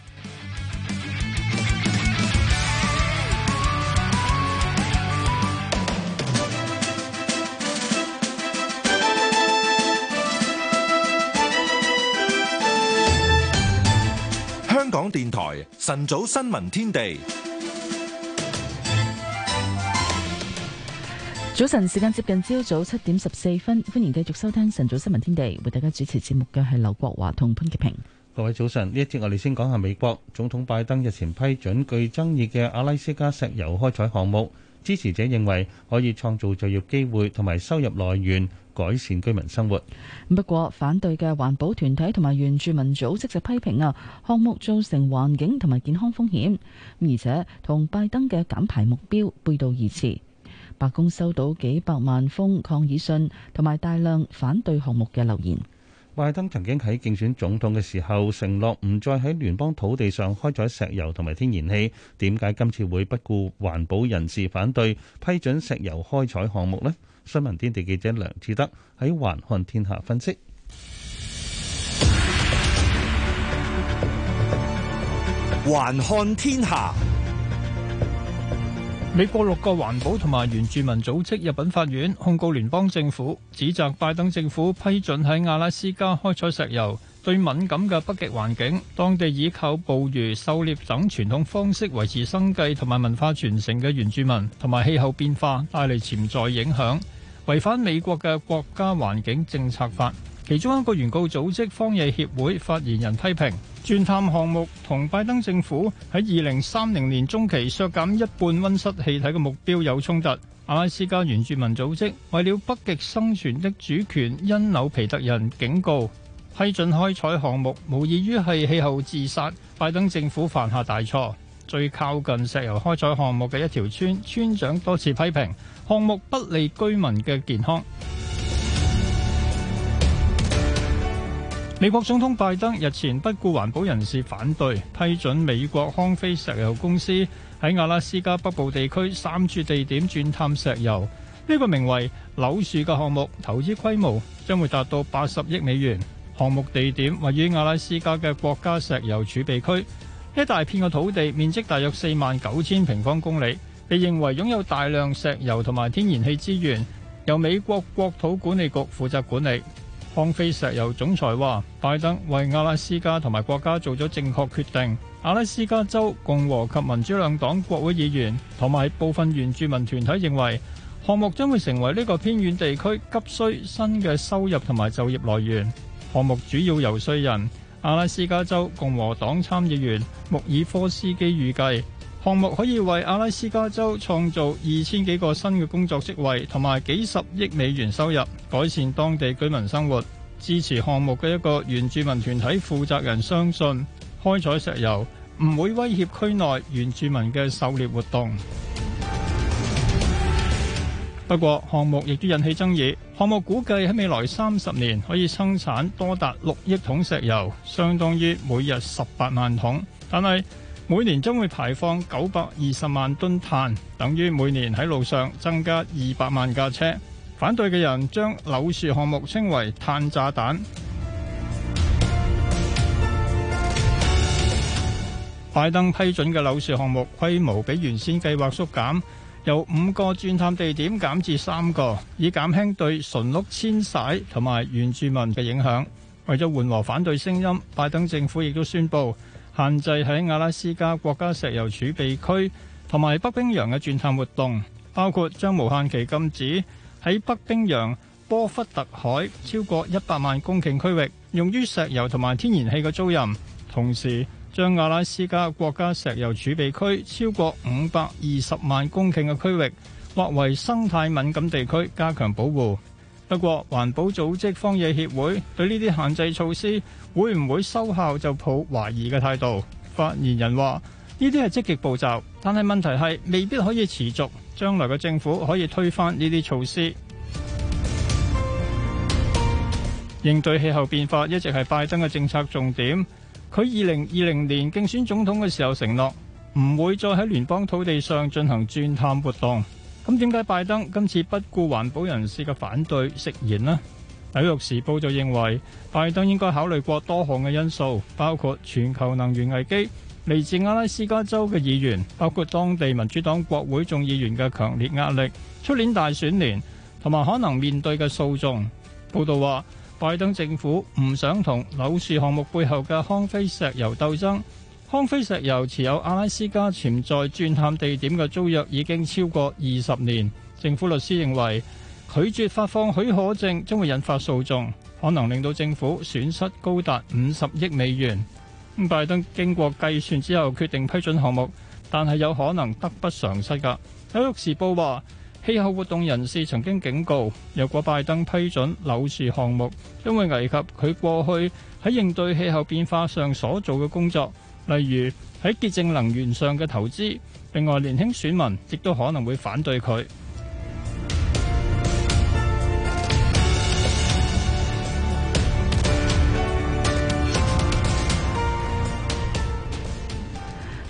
香港電台晨早新聞天地。 早晨，時間接近朝早7點14分，歡迎繼續收聽晨早新聞天地，為大家主持節目嘅係劉國華同潘潔平。 各位早晨，呢一節我哋先講下美國總統拜登日前批准具爭議嘅阿拉斯加石油開採項目，支持者認為可以創造就業機會同埋收入來源，改善居民生活。 不過反對嘅環保團體同埋原住民組織就批評項目造成環境同埋健康風險，而且同拜登嘅減排目標背道而馳。 白宮收到幾百萬封抗議信同埋大量反對項目嘅留言。 拜登曾經喺競選總統嘅時候承諾唔再喺聯邦土地上開採石油同埋天然氣，點解今次會不顧環保人士反對批准石油開採項目呢？新聞天地記者梁志德喺環看天下分析。 環看天下。美國6個環保同埋原住民組織入稟法院控告聯邦政府，指責拜登政府批准喺阿拉斯加開採石油，對敏感嘅北極環境、當地依靠捕魚、狩獵等傳統方式維持生計同埋文化傳承嘅原住民同埋氣候變化帶嚟潛在影響，違反美國嘅國家環境政策法。其中一個原告組織荒野協會發言人批評鑽探項目同拜登政府喺2030年中期削減1半溫室氣體嘅目標有衝突。阿拉斯加原住民組織為了北極生存的主權因紐皮特人警告，批准開採項目無異於係氣候自殺。拜登政府犯下大錯。最靠近石油開採項目嘅一條村村長多次批評項目不利居民嘅健康。美國總統拜登日前不顧環保人士反對，批准美國康菲石油公司喺阿拉斯加北部地區3處地點鑽探石油。呢個名為柳樹嘅項目，投資規模將會達到80億美元。項目地點位於阿拉斯加嘅國家石油儲備區，一大片嘅土地面積大約49000平方公里，被認為擁有大量石油同埋天然氣資源，由美國國土管理局負責管理。康菲石油總裁話，拜登為阿拉斯加同埋國家做咗正確決定。阿拉斯加州共和及民主兩黨國會議員同埋部分原住民團體認為，項目將會成為呢個偏遠地區急需新嘅收入同埋就業來源。項目主要游說人阿拉斯加州共和黨參議員穆爾科斯基預計，項目可以為阿拉斯加州創造2000幾個新嘅工作職位，同埋幾十億美元收入，改善當地居民生活。支持項目嘅一個原住民團體負責人相信，開採石油唔會威脅區內原住民嘅狩獵活動。不過，項目亦都引起爭議。項目估計喺未來30年可以生產多達6億桶石油，相當於每日18萬桶，但係每年將會排放920萬噸碳，等於每年喺路上增加200萬架車。反對嘅人將柳樹項目稱為碳炸彈。拜登批准嘅柳樹項目規模比原先計劃縮減，由5個鑽探地點減至3個，以減輕對馴鹿遷徙同埋原住民嘅影響。為咗緩和反對聲音，拜登政府亦都宣布限制喺阿拉斯加國家石油儲備區同埋北冰洋嘅鑽探活動，包括將無限期禁止喺北冰洋波弗特海超過100萬公頃區域用於石油同埋天然氣嘅租賃，同時將阿拉斯加國家石油儲備區超過520萬公頃嘅區域劃為生態敏感地區，加強保護。不過，環保組織荒野協會對呢啲限制措施會唔會收效就抱懷疑嘅態度。發言人話：呢啲係積極步驟，但係問題係未必可以持續。將來嘅政府可以推翻呢啲措施。應對氣候變化一直係拜登嘅政策重點。佢2020年競選總統嘅時候承諾唔會再喺聯邦土地上進行鑽探活動。咁點解拜登今次不顧環保人士嘅反對食言呢？紐約時報就認為拜登應該考慮過多項嘅因素，包括全球能源危機、嚟自阿拉斯加州嘅議員，包括當地民主黨國會眾議員嘅強烈壓力、出年大選年同埋可能面對嘅訴訟。報道話，拜登政府唔想同柳樹項目背後嘅康菲石油鬥爭。康菲石油持有阿拉斯加潛在鑽探地點嘅租約已經超過20年。政府律師認為拒絕發放許可證將會引發訴訟，可能令到政府損失高達50億美元。拜登經過計算之後決定批准項目，但係有可能得不償失㗎。紐約時報話，氣候活動人士曾經警告，若果拜登批准柳樹項目，將會危及佢過去喺應對氣候變化上所做嘅工作，例如喺潔淨能源上嘅投資。另外，年輕選民亦都可能會反對佢。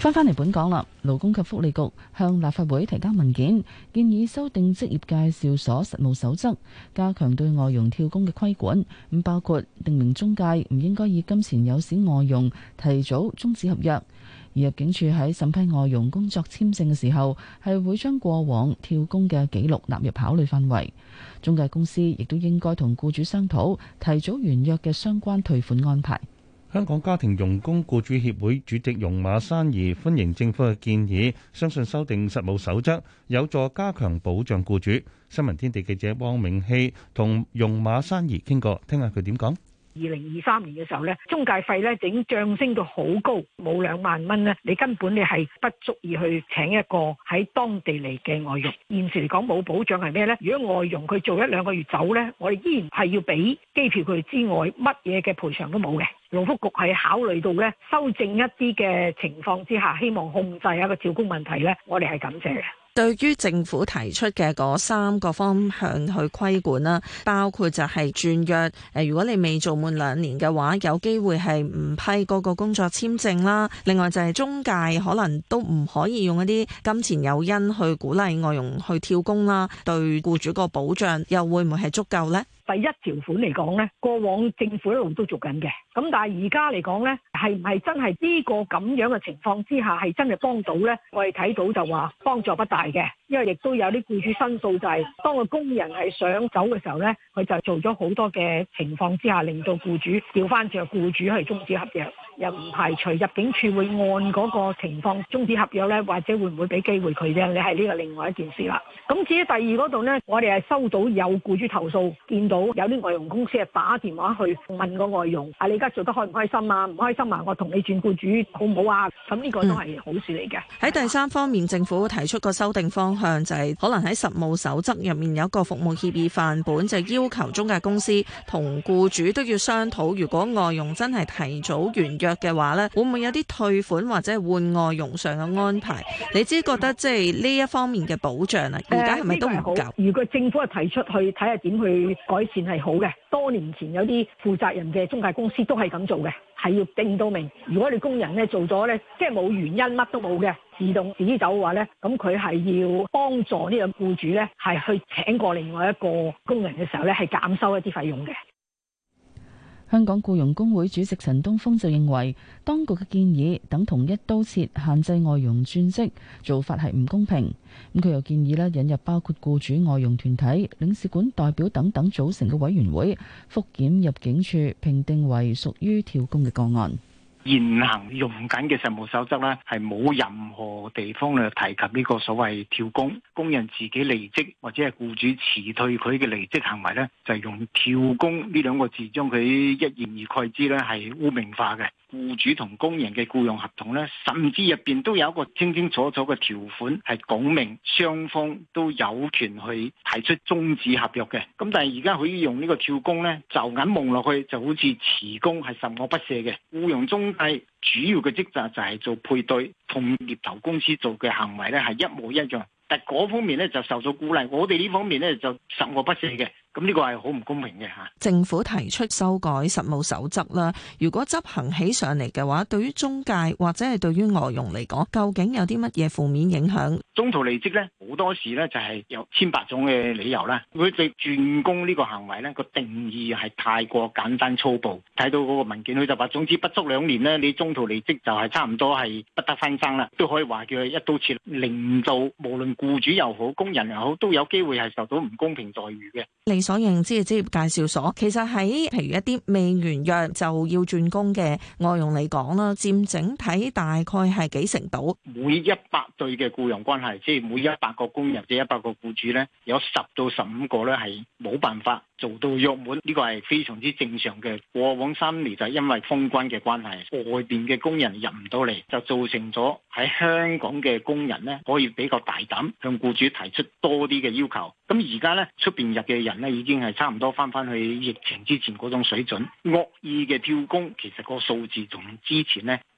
翻返嚟本港啦，勞工及福利局向立法會提交文件，建議修訂職業介紹所實務守則，加強對外傭跳工嘅規管。咁包括訂明中介唔應該以金錢誘使外傭提早終止合約，而入境處喺審批外傭工作簽證嘅時候，係會將過往跳工嘅記錄納入考慮範圍。中介公司亦都應該同僱主商討提早完約嘅相關退款安排。 香港家庭傭工僱主協會主席容馬珊兒歡迎政府嘅建議，相信修訂實務守則有助加強保障僱主。新聞天地記者汪明希同容馬珊兒傾過，聽下佢點講。 2023年嘅時候咧，中介費咧已經漲升到好高，冇2萬蚊咧，你根本你係不足以去請一個喺當地嚟嘅外傭。現時嚟講冇保障係咩咧？如果外傭佢做1-2個月走咧，我哋依然係要俾機票佢之外，乜嘢嘅賠償都冇嘅。勞福局係考慮到咧，修正一啲嘅情況之下，希望控制一個跳工問題咧，我哋係感謝嘅。 對於政府提出嘅嗰3個方向去規管啦，包括就係轉約，如果你未做滿2年嘅話，有機會係唔批嗰個工作簽證啦。另外就係中介可能都唔可以用一啲金錢誘因去鼓勵外傭去跳工啦。對僱主個保障又會唔會係足夠呢？ 第一條款嚟講呢，過往政府一路都做緊嘅，咁但係而家嚟講呢，係唔係真係呢個咁樣嘅情況之下係真係幫到呢？我哋睇到就話幫助不大嘅，因為亦都有啲僱主申訴，就係當個工人係想走嘅時候呢，佢就做咗好多嘅情況之下，令到僱主調翻轉，僱主去終止合約，又唔排除入境處會按嗰個情況終止合約呢，或者會唔會俾機會佢啫？你係呢個另外一件事啦。咁至於第二嗰度呢，我哋係收到有僱主投訴，見到有啲外傭公司係打電話去問個外傭，你而家做得開唔開心啊？唔開心啊，我同你轉僱主好唔好啊？咁呢個都係好事嚟嘅。 喺第3方面，政府提出個修訂方向就係可能喺實務守則入面有一個服務協議範本，就要求中介公司同僱主都要商討，如果外傭真係提早完約嘅話呢，會唔會有啲退款或者係換外傭上嘅安排？你知覺得即係呢一方面嘅保障啊，而家係咪都唔夠？ 如果政府係提出去睇下點去改善係好嘅。多年前有啲負責任嘅中介公司都係咁做嘅，係要定到明。如果你工人咧做咗咧，即係冇原因乜都冇嘅，自動自己走嘅話咧，咁佢係要幫助呢個僱主咧，係去請過另外一個工人嘅時候咧，係減收一啲費用嘅。 香港僱傭工會主席陳東峰就認為，當局嘅建議等同一刀切限制外傭轉職，做法係唔公平。咁佢又建議引入包括僱主、外傭團體、領事館代表等等組成嘅委員會，復檢入境處評定為屬於跳工嘅個案。 現行用緊嘅實務守則咧，係冇任何地方咧提及呢個所謂跳工，工人自己離職或者係僱主辭退佢嘅離職行為咧，就係用跳工呢2個字將佢一言以概之咧，係污名化嘅。僱主同工人嘅僱傭合同咧，甚至入邊都有一個清清楚楚嘅條款，係講明雙方都有權去提出終止合約嘅。咁但係而家佢用呢個跳工咧，就眼望落去就好似辭工係十惡不赦嘅。僱傭中介主要嘅職責就係做配對，同獵頭公司做嘅行為咧係一模一樣，但係嗰方面咧就受到鼓勵，我哋呢方面咧就十惡不赦嘅。咁呢個係好唔公平嘅嚇。 政府提出修改實務守則啦，如果執行起上嚟嘅話，對於中介或者係對於外傭嚟講，究竟有啲乜嘢負面影響？ 中途離職咧，好多時咧就係有千百種嘅理由啦。佢哋轉工呢個行為咧，個定義係太過簡單粗暴。睇到嗰個文件，佢就話總之不足2年咧，你中途離職就係差唔多係不得翻生啦，都可以話叫佢一刀切，令到無論僱主又好、工人又好，都有機會係受到唔公平待遇嘅。 你所認知嘅職業介紹所，其實喺譬如一啲未完約就要轉工嘅外傭嚟講啦，佔整體大概係幾成度？ 每100對嘅僱傭關係，即係每100個工人或者100個僱主咧，有10到15個咧係冇辦法做到約滿，呢個係非常之正常嘅。過往3年就係因為封關嘅關係，外邊嘅工人入唔到嚟，就造成咗喺香港嘅工人咧可以比較大膽向僱主提出多啲嘅要求。咁而家咧出邊入嘅人咧已經係差唔多翻去疫情之前嗰種水準。惡意嘅跳工其實個數字同之前咧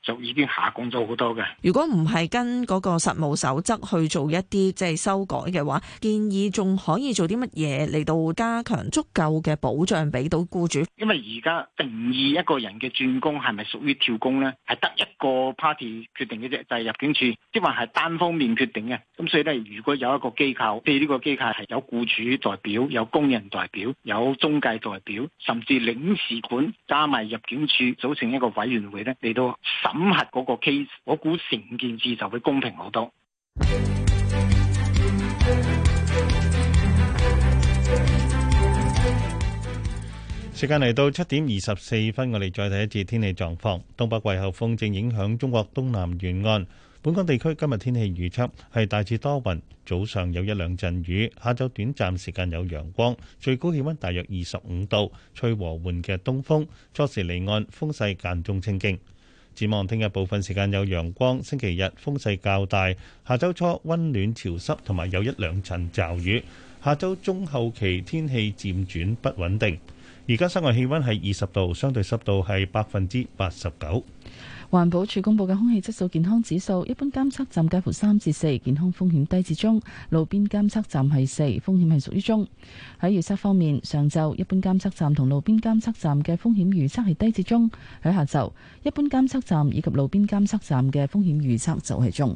就已經下降咗好多嘅。 如果唔係跟嗰個實務守則去做一啲即係修改嘅話，建議仲可以做啲乜嘢嚟到加強足夠嘅保障俾到僱主？ 因為而家定義一個人嘅轉工係咪屬於跳工呢？係得一個 party 決定嘅啫，就係入境處，即係話係單方面決定嘅。咁所以咧，如果有一個機構，譬如呢個機構係有僱主代表、有工人代表、有中介代表，甚至領事館加埋入境處組成一個委員會咧，嚟到審核嗰個 case， 我估成件事就會公平好多。 時間嚟到7:24，我哋再睇一次天氣狀況。東北季候風正影響中國東南沿岸，本港地區今日天氣預測係大致多雲，早上有一兩陣雨，下晝短暫時間有陽光，最高氣溫大約25度，吹和緩嘅東風，初時離岸，風勢間中清勁。展望聽日部分時間有陽光，星期日風勢較大，下週初溫暖潮濕同埋有一兩陣驟雨，下週中後期天氣漸轉不穩定。而家室外氣溫係20度，相對濕度係89%。 環保署公布嘅空氣質素健康指數，一般監測站介乎3至4，健康風險低至中；路邊監測站係4，風險係屬於中。喺預測方面，上晝一般監測站同路邊監測站嘅風險預測係低至中；喺下晝，一般監測站以及路邊監測站嘅風險預測就係中。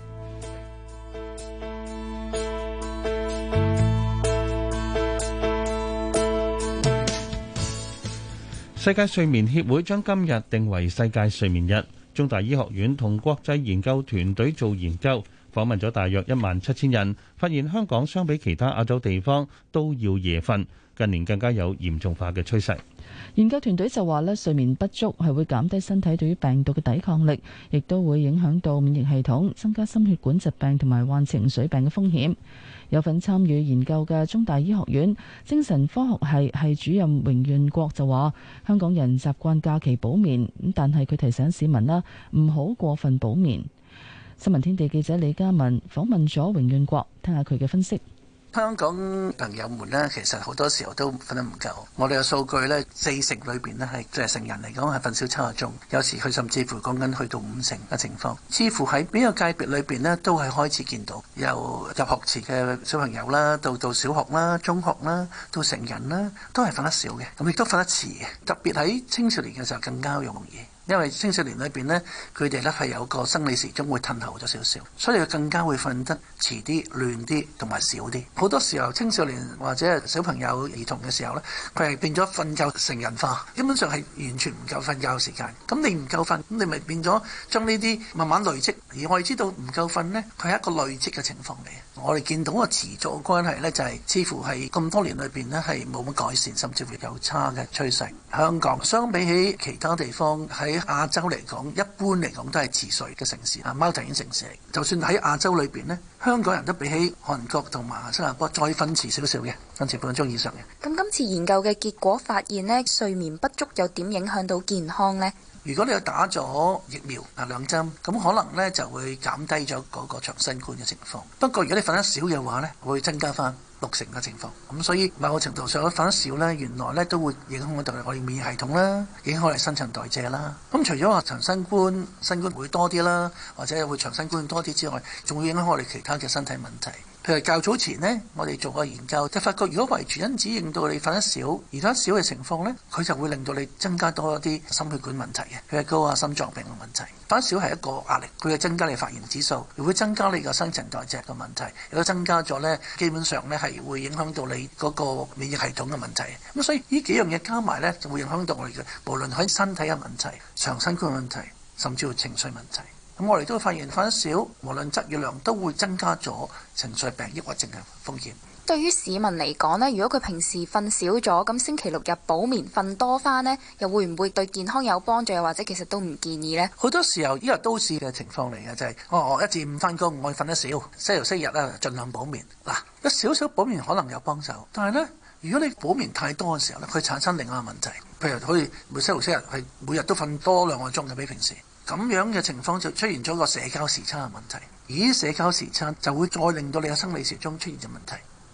世界睡眠協會將今日定為世界睡眠日。中大醫學院同國際研究團隊做研究，訪問咗大約17000人，發現香港相比其他亞洲地方都要夜瞓，近年更加有嚴重化嘅趨勢。 研究團隊就話咧，睡眠不足係會減低身體對於病毒嘅抵抗力，亦都會影響到免疫系統，增加心血管疾病同埋患情緒病嘅風險。有份參與研究嘅中大醫學院精神科學系主任榮遠國就話，香港人習慣假期補眠，但係佢提醒市民啦，唔好過分補眠。新聞天地記者李嘉文訪問咗榮遠國，聽下佢嘅分析。 香港朋友們呢，其實好多時候都瞓得唔夠。我哋嘅數據呢，40裏邊呢係即係成人嚟講係瞓少7個鐘，有時佢甚至乎講緊去到50%嘅情況。似乎喺邊個界別裏邊呢，都係開始見到由入學前嘅小朋友啦，到小學啦、中學啦，到成人啦，都係瞓得少嘅，咁亦都瞓得遲嘅。特別喺青少年嘅時候更加容易。因為青少年裏邊呢，佢哋呢係有個生理時鐘會褪後咗少少，所以佢更加會瞓得遲啲、亂啲同埋少啲。好多時候青少年或者係小朋友、兒童嘅時候呢，佢係變咗瞓覺成人化，基本上係完全唔夠瞓覺時間。咁你唔夠瞓，咁你咪變咗將呢啲慢慢累積。而我哋知道唔夠瞓呢，佢係一個累積嘅情況嚟。我哋見到個持續嘅關係呢，就係似乎係咁多年裏邊呢係冇乜改善，甚至乎有差嘅趨勢。香港相比起其他地方喺亞洲嚟講，一般嚟講都係遲睡嘅城市啊，貓頭鷹城市嚟。就算喺亞洲裏邊呢，香港人都比起韓國同埋新加坡再瞓遲少少嘅，瞓遲半個鐘以上嘅。 咁今次研究嘅結果發現呢，睡眠不足又點影響到健康呢？ 如果你有打咗疫苗2針，咁可能呢就會減低咗嗰個長新冠嘅情況。不過如果你瞓得少嘅話呢，會增加翻60%嘅情況。咁所以某個程度上，瞓得少呢，原來呢都會影響到我哋免疫系統啦，影響我哋新陳代謝啦。咁除咗話長新冠會多啲啦，或者會長新冠多啲之外，仲會影響我哋其他嘅身體問題。譬如較早前呢，我哋做過研究，就發覺如果遺傳因子令到你瞓得少，而瞓得少嘅情況呢，佢就會令到你增加多一啲心血管問題嘅，血壓高啊、心臟病嘅問題。瞓得少係一個壓力，佢會增加你發炎指數，又會增加你嘅新陳代謝嘅問題，亦都增加咗呢，基本上呢係會影響到你嗰個免疫系統嘅問題。咁所以呢幾樣嘢加埋呢，就會影響到我哋嘅，無論喺身體嘅問題、長新冠問題，甚至乎情緒問題。咁我哋都發現瞓得少，無論質與量都會增加咗情緒病、抑鬱症嘅風險。 對於市民嚟講呢，如果佢平時瞓少咗，咁星期六日補眠瞓多翻呢，又會唔會對健康有幫助？又或者其實都唔建議呢？ 好多時候呢個都市嘅情況嚟嘅，就係我1至5翻工，我瞓得少，星期六日咧盡量補眠。嗱，有少少補眠可能有幫手，但係呢，如果你補眠太多嘅時候呢，佢產生另外一個問題，譬如好似星期六日係每日都瞓多2個鐘嘅比平時。咁樣嘅情況就出現咗個社交時差嘅問題，而社交時差就會再令到你嘅生理時鐘出現咗問題。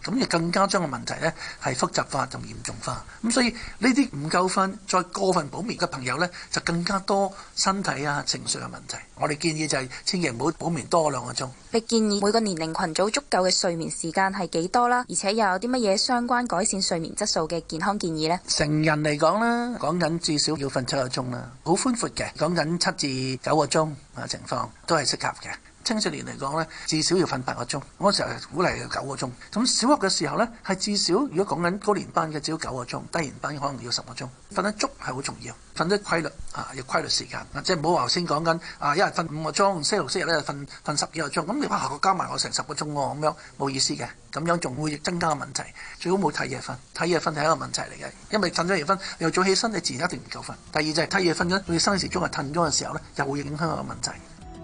咁就更加將個問題呢係複雜化同嚴重化。咁所以呢啲唔夠瞓再過分補眠嘅朋友呢，就更加多身體啊情緒嘅問題。我哋建議就係千祈唔好補眠多2個鐘。 你建議每個年齡群組足夠嘅睡眠時間係幾多啦？而且又有啲乜嘢相關改善睡眠質素嘅健康建議呢？ 成人嚟講啦，講緊至少要瞓7個鐘啦，好寬闊嘅，講緊7至9個鐘嘅情況都係適合嘅。青少年嚟講呢，至少要瞓8個鐘，我成日鼓勵9個鐘。咁小學嘅時候呢，係至少如果講緊高年班嘅，只要9個鐘；低年班可能要10個鐘。瞓得足係好重要，瞓得規律要規律時間，即係唔好話先講緊一日瞓5個鐘，星期六、星期日咧瞓10幾個鐘。咁你話我加埋我成10個鐘喎，咁樣冇意思嘅，咁樣仲會增加問題。最好冇睇夜瞓，睇夜瞓係一個問題嚟嘅，因為瞓咗夜瞓又早起身，你自然一定唔夠瞓。第二就係睇夜瞓咗，你生理時鐘係褪咗嘅時候呢，又會影響個問題。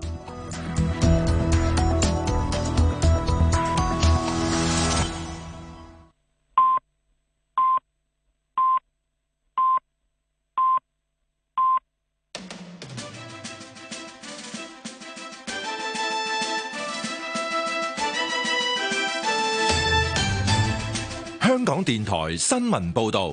香港電台新聞報道。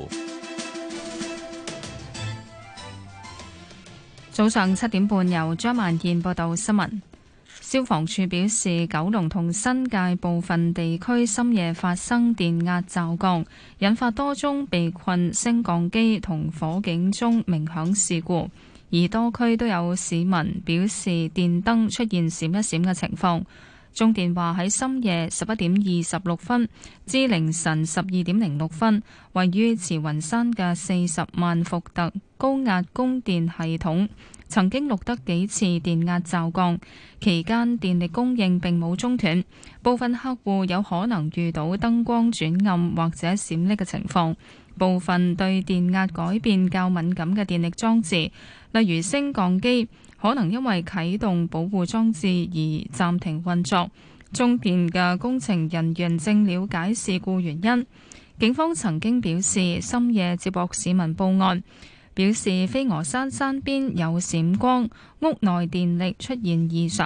早上7點半，由張萬燕報道新聞。消防處表示，九龍同新界部分地區深夜發生電壓驟降，引發多宗被困升降機同火警鐘鳴響事故，而多區都有市民表示電燈出現閃一閃嘅情況。中電話喺深夜11點26分至凌晨12點06分，位於慈雲山嘅40萬伏特高壓供電系統曾經錄得幾次電壓驟降，期間電力供應並冇中斷，部分客戶有可能遇到燈光轉暗或者閃爍嘅情況。部分對電壓改變較敏感嘅電力裝置，例如升降機，可能因為啟動保護裝置而暫停運作。中電嘅工程人員正了解事故原因。警方曾經表示，深夜接獲市民報案，表示飛鵝山山邊有閃光，屋內電力出現異常。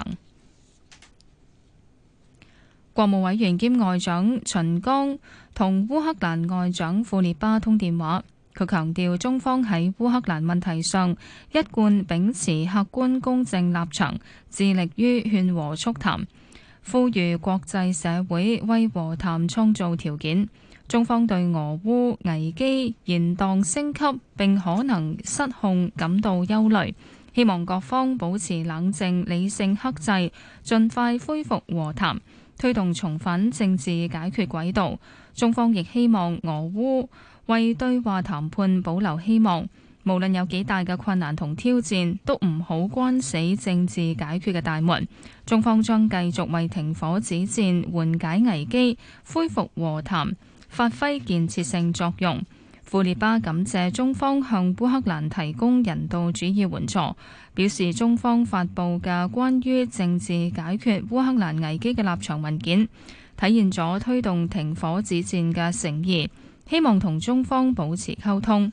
國務委員兼外長秦剛同烏克蘭外長庫列巴通電話，佢強調中方喺烏克蘭問題上一貫秉持客觀公正立場，致力於勸和促談，呼籲國際社會為和談創造條件。中方對俄烏危機延宕升級並可能失控感到憂慮，希望各方保持冷靜、理性、克制，盡快恢復和談，推動重返政治解決軌道。中方亦希望俄烏為對話談判保留希望，無論有幾大嘅困難同挑戰，都唔好關死政治解決嘅大門。中方將繼續為停火止戰、緩解危機、恢復和談發揮建設性作用。庫列巴感謝中方向烏克蘭提供人道主義援助，表示中方發布嘅關於政治解決烏克蘭危機嘅立場文件，體現咗推動停火止戰嘅誠意，希望同中方保持溝通。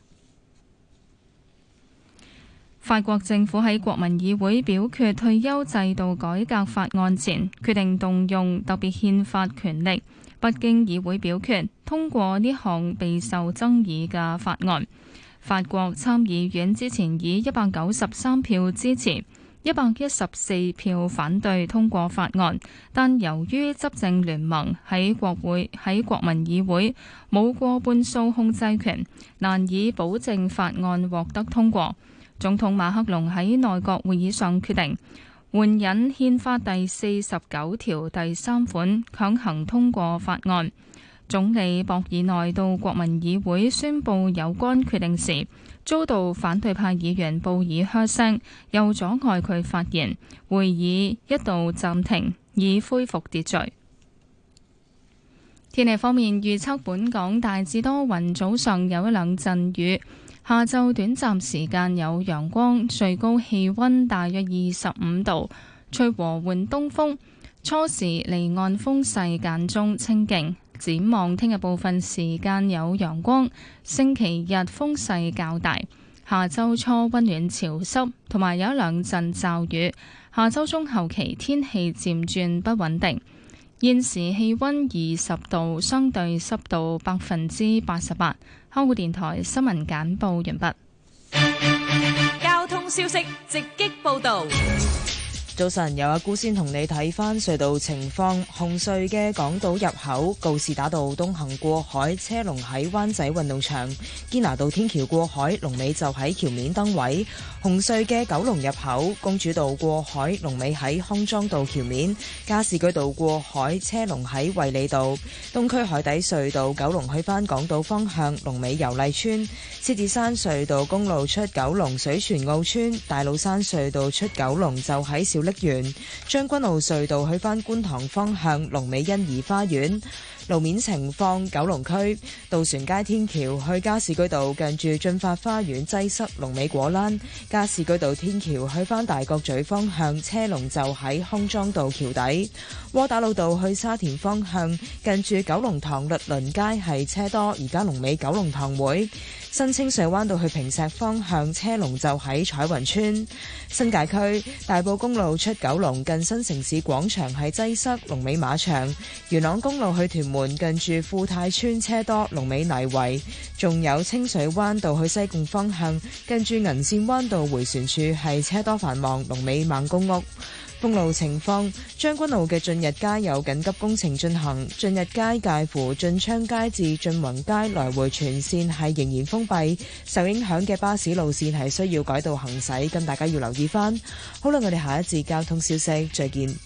法國政府喺國民議會表決退休制度改革法案前，決定動用特別憲法權力，不經議會表決通過呢項備受爭議嘅法案。法國參議院之前以193票支持、114票反對通過法案，但由於執政聯盟喺國民議會冇過半數控制權，難以保證法案獲得通過。總統馬克龍喺內閣會議上決定援引憲法第49條第3款強行通過法案。總理博爾內到國民議會宣布有關決定時，遭到反對派議員報以噓聲，又阻礙佢發言，會議一度暫停，以恢復秩序。天氣方面，預測本港大致多雲，早上有一兩陣雨，下晝短暫時間有陽光，最高氣溫大約25度，吹和緩東風，初時離岸風勢間中清勁。展望聽日部分時間有陽光，星期日風勢較大，下週初溫暖潮濕，同埋有一兩陣驟雨，下週中後期天氣漸轉不穩定。 現時氣溫20度，相對濕度88%。香港電台新聞簡報完畢。 交通消息直擊報道。 早晨，有阿姑先同你睇返隧道情況。紅隧嘅港島入口告士打道東行過海車龍喺灣仔運動場，堅拿道天橋過海龍尾就喺橋面燈位。紅隧嘅九龍入口公主道過海龍尾喺康莊道橋面，加士居道過海車龍喺衛理道。東區海底隧道九龍去返港島方向龍尾油麗邨。獅子山隧道公路出九龍水泉澳村，大老山隧道出九龍就喺小瀝源。將軍澳隧道去返觀塘方向龍尾欣怡花園。路面情況，九龍區渡船街天橋去加士居道近住駿發花園擠塞，龍尾果欄。加士居道天橋去返大角咀方向車龍就喺康莊道橋底。窩打老道去沙田方向近住九龍塘律倫街係車多，而家龍尾九龍塘會。新清水灣道去坪石方向車龍就喺彩雲村。新界區大埔公路出九龍近新城市廣場係擠塞，龍尾馬場。元朗公路去屯門近住富泰村車多，龍尾泥圍。仲有清水灣道去西貢方向近住銀線灣道迴旋處係車多繁忙，龍尾孟公屋。封路情況，將軍澳嘅駿日街有緊急工程進行，駿日街介乎駿昌街至駿宏街來回全線係仍然封閉，受影響嘅巴士路線係需要改道行駛，咁大家要留意返。好啦，我哋下一節交通消息再見。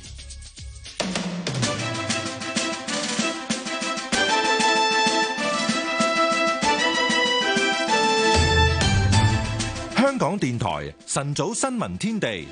香港電台晨早新聞天地。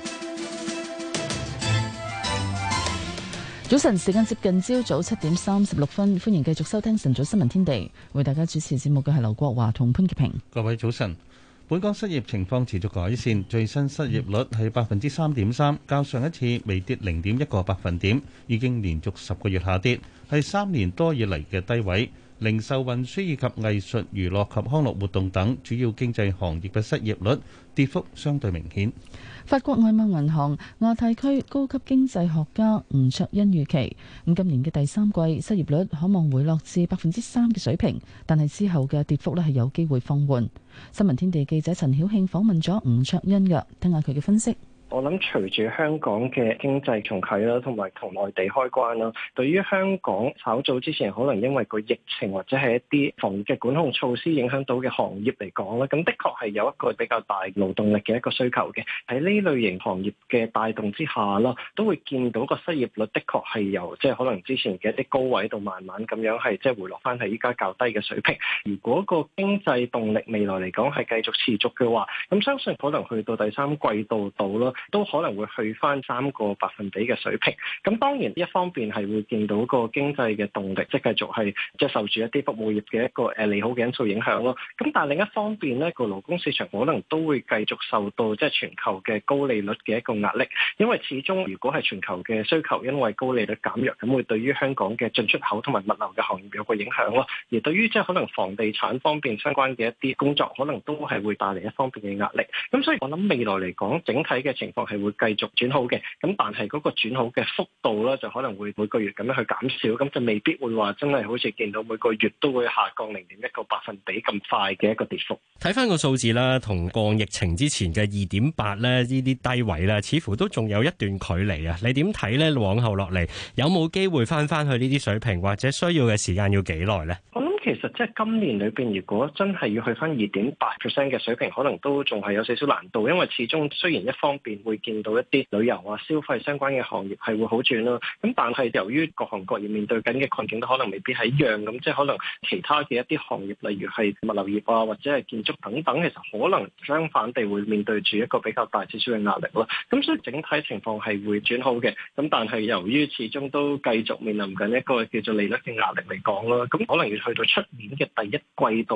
早晨，時間接近朝早7:36，歡迎繼續收聽晨早新聞天地。為大家主持節目嘅係劉國華同潘潔平。 各位早晨。本港失業情況持續改善，最新失業率係3.3%，較上一次微跌0.1個百分點，已經連續10個月下跌，係3年多以嚟嘅低位。零售、運輸以及藝術、娛樂及康樂活動等主要經濟行業嘅失業率跌幅相對明顯。 法國外貿銀行亞太區高級經濟學家吳卓恩預期，今年嘅第三季失業率可望回落至3%嘅水平，但係之後嘅跌幅係有機會放緩。新聞天地記者陳曉慶訪問咗吳卓恩嘅，聽下佢嘅分析。 我諗隨住香港嘅經濟重啟啦，同埋同內地開關啦，對於香港稍早之前可能因為個疫情或者係一啲防疫嘅管控措施影響到嘅行業嚟講咧，咁的確係有一個比較大勞動力嘅一個需求嘅。喺呢類型行業嘅帶動之下啦，都會見到個失業率的確係由即係可能之前嘅一啲高位度慢慢咁樣係即係回落翻係依家較低嘅水平。如果個經濟動力未來嚟講係繼續持續嘅話，咁相信可能去到第三季度度啦，都可能會去翻3個百分比嘅水平。咁當然一方面係會見到個經濟嘅動力，即係繼續係即係受住一啲服務業嘅一個利好嘅因素影響咯。咁但係另一方面呢，個勞工市場可能都會繼續受到即係全球嘅高利率嘅一個壓力，因為始終如果係全球嘅需求因為高利率減弱，咁會對於香港嘅進出口同埋物流嘅行業有個影響咯。而對於即係可能房地產方面相關嘅一啲工作，可能都係會帶嚟一方面嘅壓力。咁所以我諗未來嚟講，整體嘅情況係會繼續轉好嘅。咁但係嗰個轉好嘅幅度咧，就可能會每個月咁樣去減少，咁就未必會話真係好似見到每個月都會下降0.1個百分比咁快嘅一個跌幅。 睇翻個數字啦，同過疫情之前嘅2.8咧，呢啲低位咧，似乎都仲有一段距離啊！你點睇咧？往後落嚟有冇機會翻去呢啲水平，或者需要嘅時間要幾耐咧？ 我諗其實即係今年裏邊，如果真係要去翻2.8% 嘅水平，可能都仲係有少少難度，因為始終雖然一方面會見到一啲旅遊啊、消費相關嘅行業係會好轉啦，咁但係由於各行各業面對緊嘅困境都可能未必係一樣，咁即係可能其他嘅一啲行業，例如係物流業啊或者係建築等等，其實可能相反地會面對住一個比較大少少嘅壓力咯。咁所以整體情況係會轉好嘅，咁但係由於始終都繼續面臨緊一個叫做利率嘅壓力嚟講啦，咁可能要去到出年嘅第一季度啦，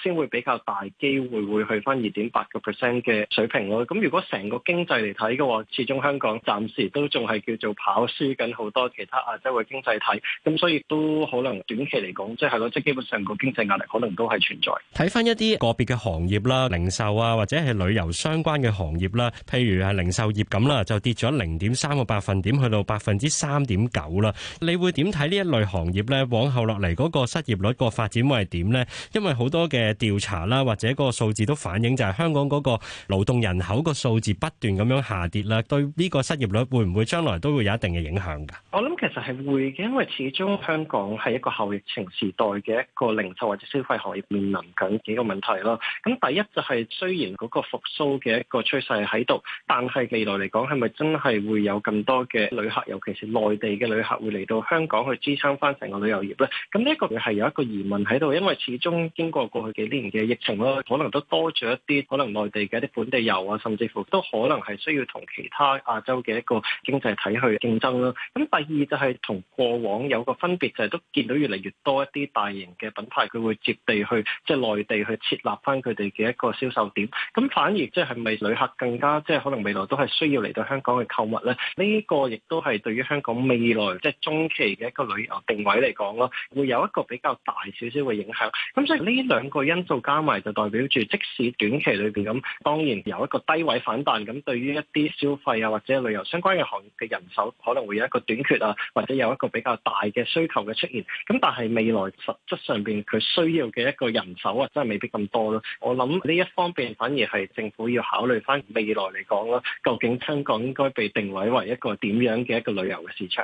先會比較大機會會去翻2.8% 嘅水平咯。咁如果成個經濟嚟睇嘅話，始終香港暫時都仲係叫做跑輸緊好多其他亞洲嘅經濟體，咁所以都可能短期嚟講，即係咯，即係基本上個經濟壓力可能都係存在。 睇翻一啲個別嘅行業啦，零售啊或者係旅遊相關嘅行業啦，譬如係零售業咁啦，就跌咗0.3個百分點，去到3.9%啦。你會點睇呢一類行業咧？往後落嚟嗰個失業率個發展會係點咧？因為好多嘅調查啦，或者個數字都反映就係香港嗰個勞動人口個數字不斷咁樣下跌啦，對呢個失業率會唔會將來都會有一定嘅影響㗎？ 我諗其實係會嘅，因為始終香港係一個後疫情時代嘅一個零售或者消費行業面臨緊幾個問題咯。咁第一就係雖然嗰個復甦嘅一個趨勢喺度，但係未來嚟講係咪真係會有咁多嘅旅客，尤其是內地嘅旅客會嚟到香港去支撐翻成個旅遊業咧？咁呢一個係有一個疑問喺度，因為始終經過過去幾年嘅疫情咯，可能都多咗一啲可能內地嘅一啲本地遊啊，甚至乎都可能係需要同其他亞洲嘅一個經濟體去競爭咯。咁第二就係同過往有個分別，就係都見到越嚟越多一啲大型嘅品牌，佢會接地去即係內地去設立翻佢哋嘅一個銷售點。咁反而即係咪旅客更加即係可能未來都係需要嚟到香港去購物咧？呢個亦都係對於香港未來即係中期嘅一個旅遊定位嚟講咯，會有一個比較大少少嘅影響。咁所以呢兩個因素加埋，就代表住即使短期裏邊咁，當然有一個低位反彈，咁對於一啲消費啊或者旅遊相關嘅行業嘅人手可能會有一個短缺啊，或者有一個比較大嘅需求嘅出現。咁但係未來實質上邊佢需要嘅一個人手啊，真係未必咁多咯。我諗呢一方面反而係政府要考慮翻未來嚟講咯，究竟香港應該被定位為一個點樣嘅一個旅遊嘅市場。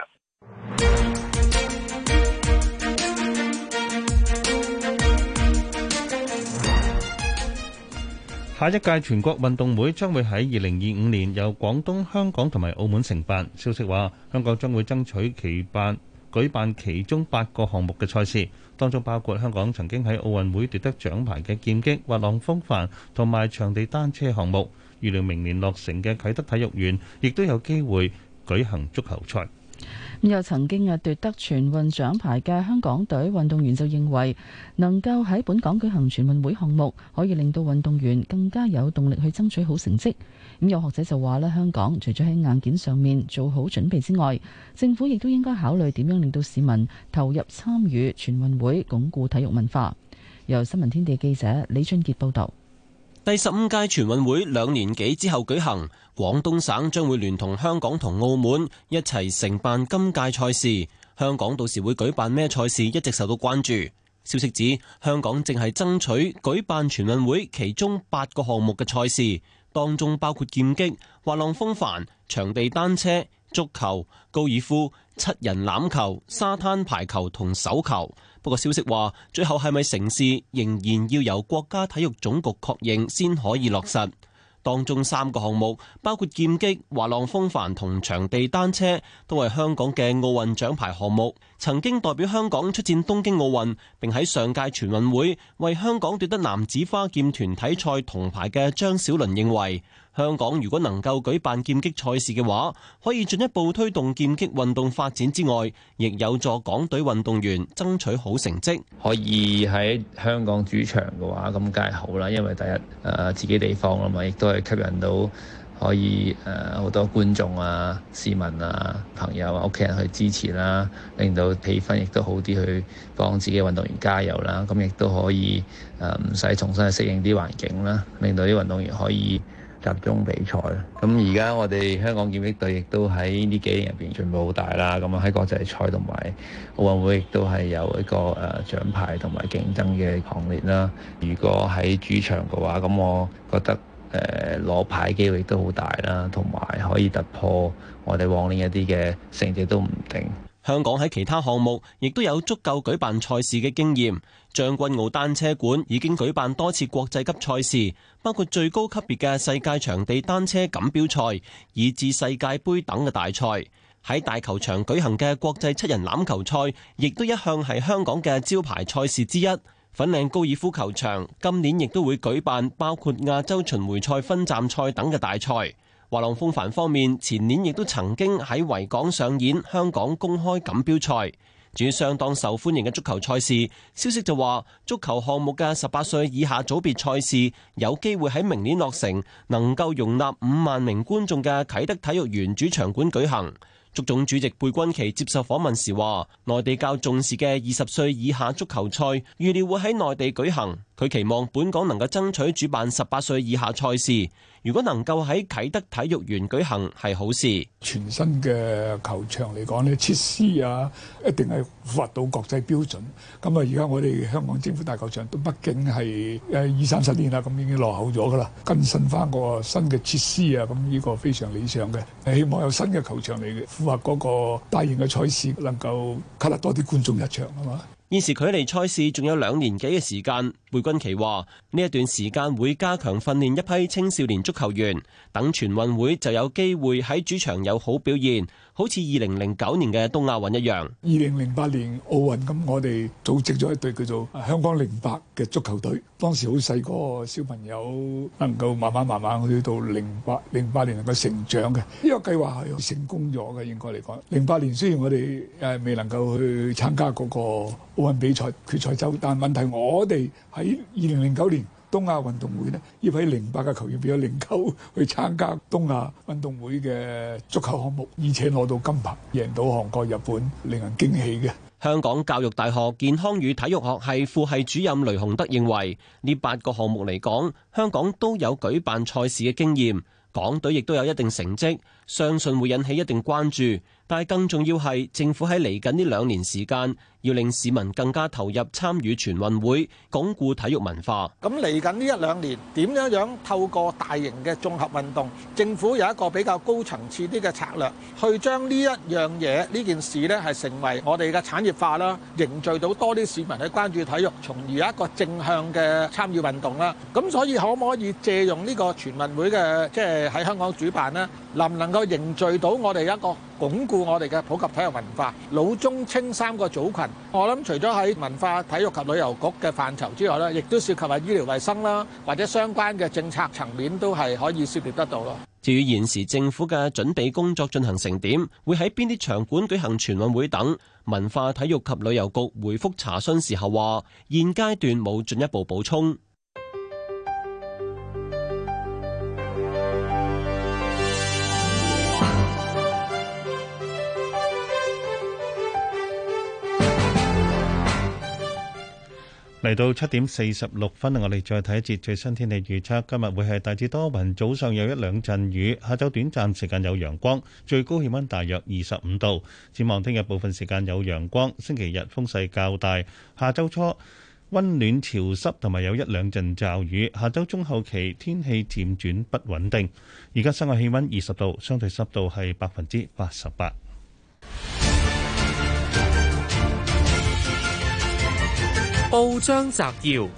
下一屆全國運動會將會喺2025年由廣東、香港同埋澳門承辦。消息話，香港將會爭取舉辦其中8個項目嘅賽事，當中包括香港曾經喺奧運會奪得獎牌嘅劍擊、滑浪風帆同埋場地單車項目。預料明年落成嘅啟德體育園亦都有機會舉行足球賽。 又曾經奪得全運獎牌嘅香港隊運動員就認為，能夠喺本港舉行全運會項目，可以令到運動員更加有動力去爭取好成績。咁有學者就話咧，香港除咗喺硬件上面做好準備之外，政府亦都應該考慮點樣令到市民投入參與全運會，鞏固體育文化。由新聞天地記者李俊傑報導。 第15屆全運會2年幾之後舉行，廣東省將會聯同香港同澳門一齊承辦今屆賽事。香港到時會舉辦咩賽事一直受到關注。消息指，香港正係爭取舉辦全運會其中8個項目嘅賽事，當中包括劍擊、滑浪風帆、場地單車、足球、高爾夫、7人欖球、沙灘排球同手球。不過消息話，最後係咪成事，仍然要由國家體育總局確認先可以落實。當中3個項目包括劍擊、滑浪風帆同場地單車，都係香港嘅奧運獎牌項目。曾經代表香港出戰東京奧運，並喺上屆全運會為香港奪得男子花劍團體賽銅牌嘅張小倫認為，香港如果能夠舉辦劍擊賽事嘅話，可以進一步推動劍擊運動發展之外，亦有助港隊運動員爭取好成績。 可以喺香港主場嘅話，咁梗係好啦，因為第一自己地方啊嘛，亦都係吸引到可以好多觀眾啊、市民啊、朋友啊、屋企人去支持啦，令到氣氛亦都好啲，去幫自己運動員加油啦。咁亦都可以唔使重新去適應啲環境啦，令到啲運動員可以集中比賽。咁而家我哋香港劍擊隊亦都喺呢幾年入邊進步好大啦。咁啊喺國際賽同埋奧運會亦都係有一個獎牌同埋競爭嘅行列啦。如果喺主場嘅話，咁我覺得攞牌機會都好大啦，同埋可以突破我哋往年一啲嘅成績都唔定。 香港喺其他項目亦都有足夠舉辦賽事嘅經驗。將軍澳單車館已經舉辦多次國際級賽事，包括最高級別嘅世界場地單車錦標賽，以至世界盃等嘅大賽。喺大球場舉行嘅國際7人欖球賽，亦都一向係香港嘅招牌賽事之一。粉嶺高爾夫球場今年亦都會舉辦包括亞洲巡迴賽分站賽等嘅大賽。滑浪風帆方面，前年亦都曾經喺維港上演香港公開錦標賽。 至於相當受歡迎嘅足球賽事，消息就話足球項目嘅18歲以下組別賽事有機會喺明年落成，能夠容納5萬名觀眾嘅啟德體育園主場館舉行。足總主席貝鈞奇接受訪問時話，內地較重視嘅20歲以下足球賽預料會喺內地舉行。佢期望本港能夠爭取主辦18歲以下賽事，如果能夠喺啟德體育園舉行係好事。 全新嘅球場嚟講呢，設施啊一定係符合到國際標準。咁啊，而家我哋香港政府大球場都畢竟係20-30年啦，咁已經落後咗噶啦，更新翻個新嘅設施啊，咁呢個非常理想嘅。希望有新嘅球場嚟符合嗰個大型嘅賽事，能夠吸納多啲觀眾入場啊嘛。 現時距離賽事仲有2年幾嘅時間，貝鈞奇話呢一段時間會加強訓練一批青少年足球員，等全運會就有機會喺主場有好表現，好似2009年嘅東亞運一樣。 2008年奧運，咁我哋組織咗一隊叫做香港08嘅足球隊，當時好細個小朋友能夠慢慢去到08年能夠成長嘅，呢個計劃係成功咗嘅，應該嚟講。08年雖然我哋未能夠去參加嗰個奧運比賽決賽周，但問題我哋喺2009年東亞運動會呢，呢批08嘅球員變咗09去參加東亞運動會嘅足球項目，而且攞到金牌，贏到韓國、日本，令人驚喜嘅。 香港教育大學健康與體育學系副系主任雷洪德認為，呢8個項目嚟講，香港都有舉辦賽事嘅經驗，港隊亦都有一定成績，相信會引起一定關注。但係更重要係政府喺嚟緊呢2年時間，要令市民更加投入參與全運會，鞏固體育文化。 咁嚟緊呢1-2年，點樣透過大型嘅綜合運動，政府有一個比較高層次啲嘅策略，去將呢一樣嘢呢件事呢係成為我哋嘅產業化啦，凝聚到多啲市民去關注體育，從而有一個正向嘅參與運動啦。咁所以可唔可以借用呢個全運會嘅即係喺香港主辦呢？能唔能夠凝聚到我哋一個鞏固我哋嘅普及體育文化，老中青3個組群？我諗除咗喺文化、體育及旅遊局嘅範疇之外呢，亦都涉及係醫療衛生啦，或者相關嘅政策層面都係可以涉獵得到咯。 至於現時政府嘅準備工作進行成點，會喺邊啲場館舉行全運會等，文化體育及旅遊局回覆查詢時候話，現階段冇進一步補充。 嚟到7點46分，我哋再睇一節最新天氣預測。今日會係大致多雲，早上有1-2陣雨，下晝短暫時間有陽光，最高氣溫大約25度。展望聽日部分時間有陽光，星期日風勢較大，下週初溫暖潮濕同埋有1-2陣驟雨，下週中後期天氣漸轉不穩定。而家室外氣溫20度，相對濕度係88%。 報章摘要：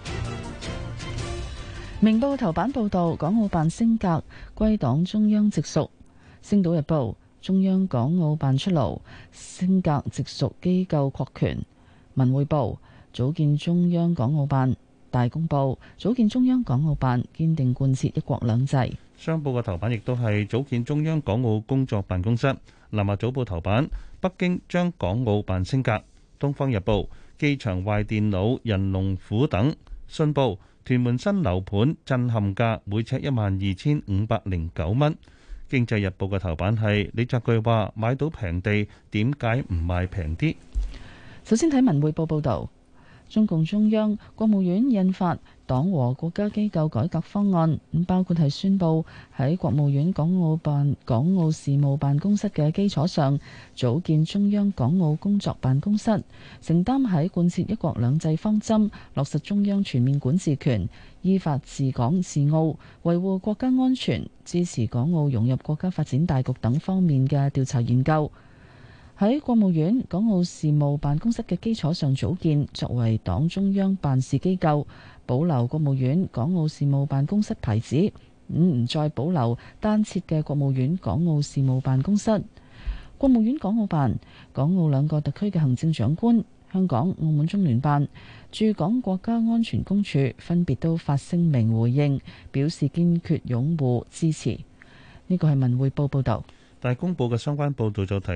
明報頭版報道，港澳辦升格歸黨中央直屬。星島日報，中央港澳辦出爐，升格直屬機構擴權。文匯報，組建中央港澳辦。大公報，組建中央港澳辦，堅定貫徹一國兩制。 商報嘅頭版亦都係組建中央港澳工作辦公室。南華早報頭版，北京將港澳辦升格。東方日報，機場壞電腦、人龍虎等。信報，屯門新樓盤震撼價，每尺12,509蚊。經濟日報嘅頭版係李澤钜話買到平地，點解唔賣平啲？ 首先睇文匯報報導，中共中央、國務院印發黨和國家機構改革方案，包括係宣布喺國務院港澳事務辦公室嘅基礎上，組建中央港澳工作辦公室，承擔喺貫徹一國兩制方針、落實中央全面管治權、依法治港治澳、維護國家安全、支持港澳融入國家發展大局等方面嘅調查研究。喺國務院港澳事務辦公室嘅基礎上組建，作為黨中央辦事機構，保留國務院港澳事務辦公室牌子，唔再保留單設嘅國務院港澳事務辦公室。國務院港澳辦、港澳兩個特區嘅行政長官、香港、澳門中聯辦、駐港國家安全公署分別都發聲明回應，表示堅決擁護支持。呢個係文匯報報導。 大公報嘅相關報導就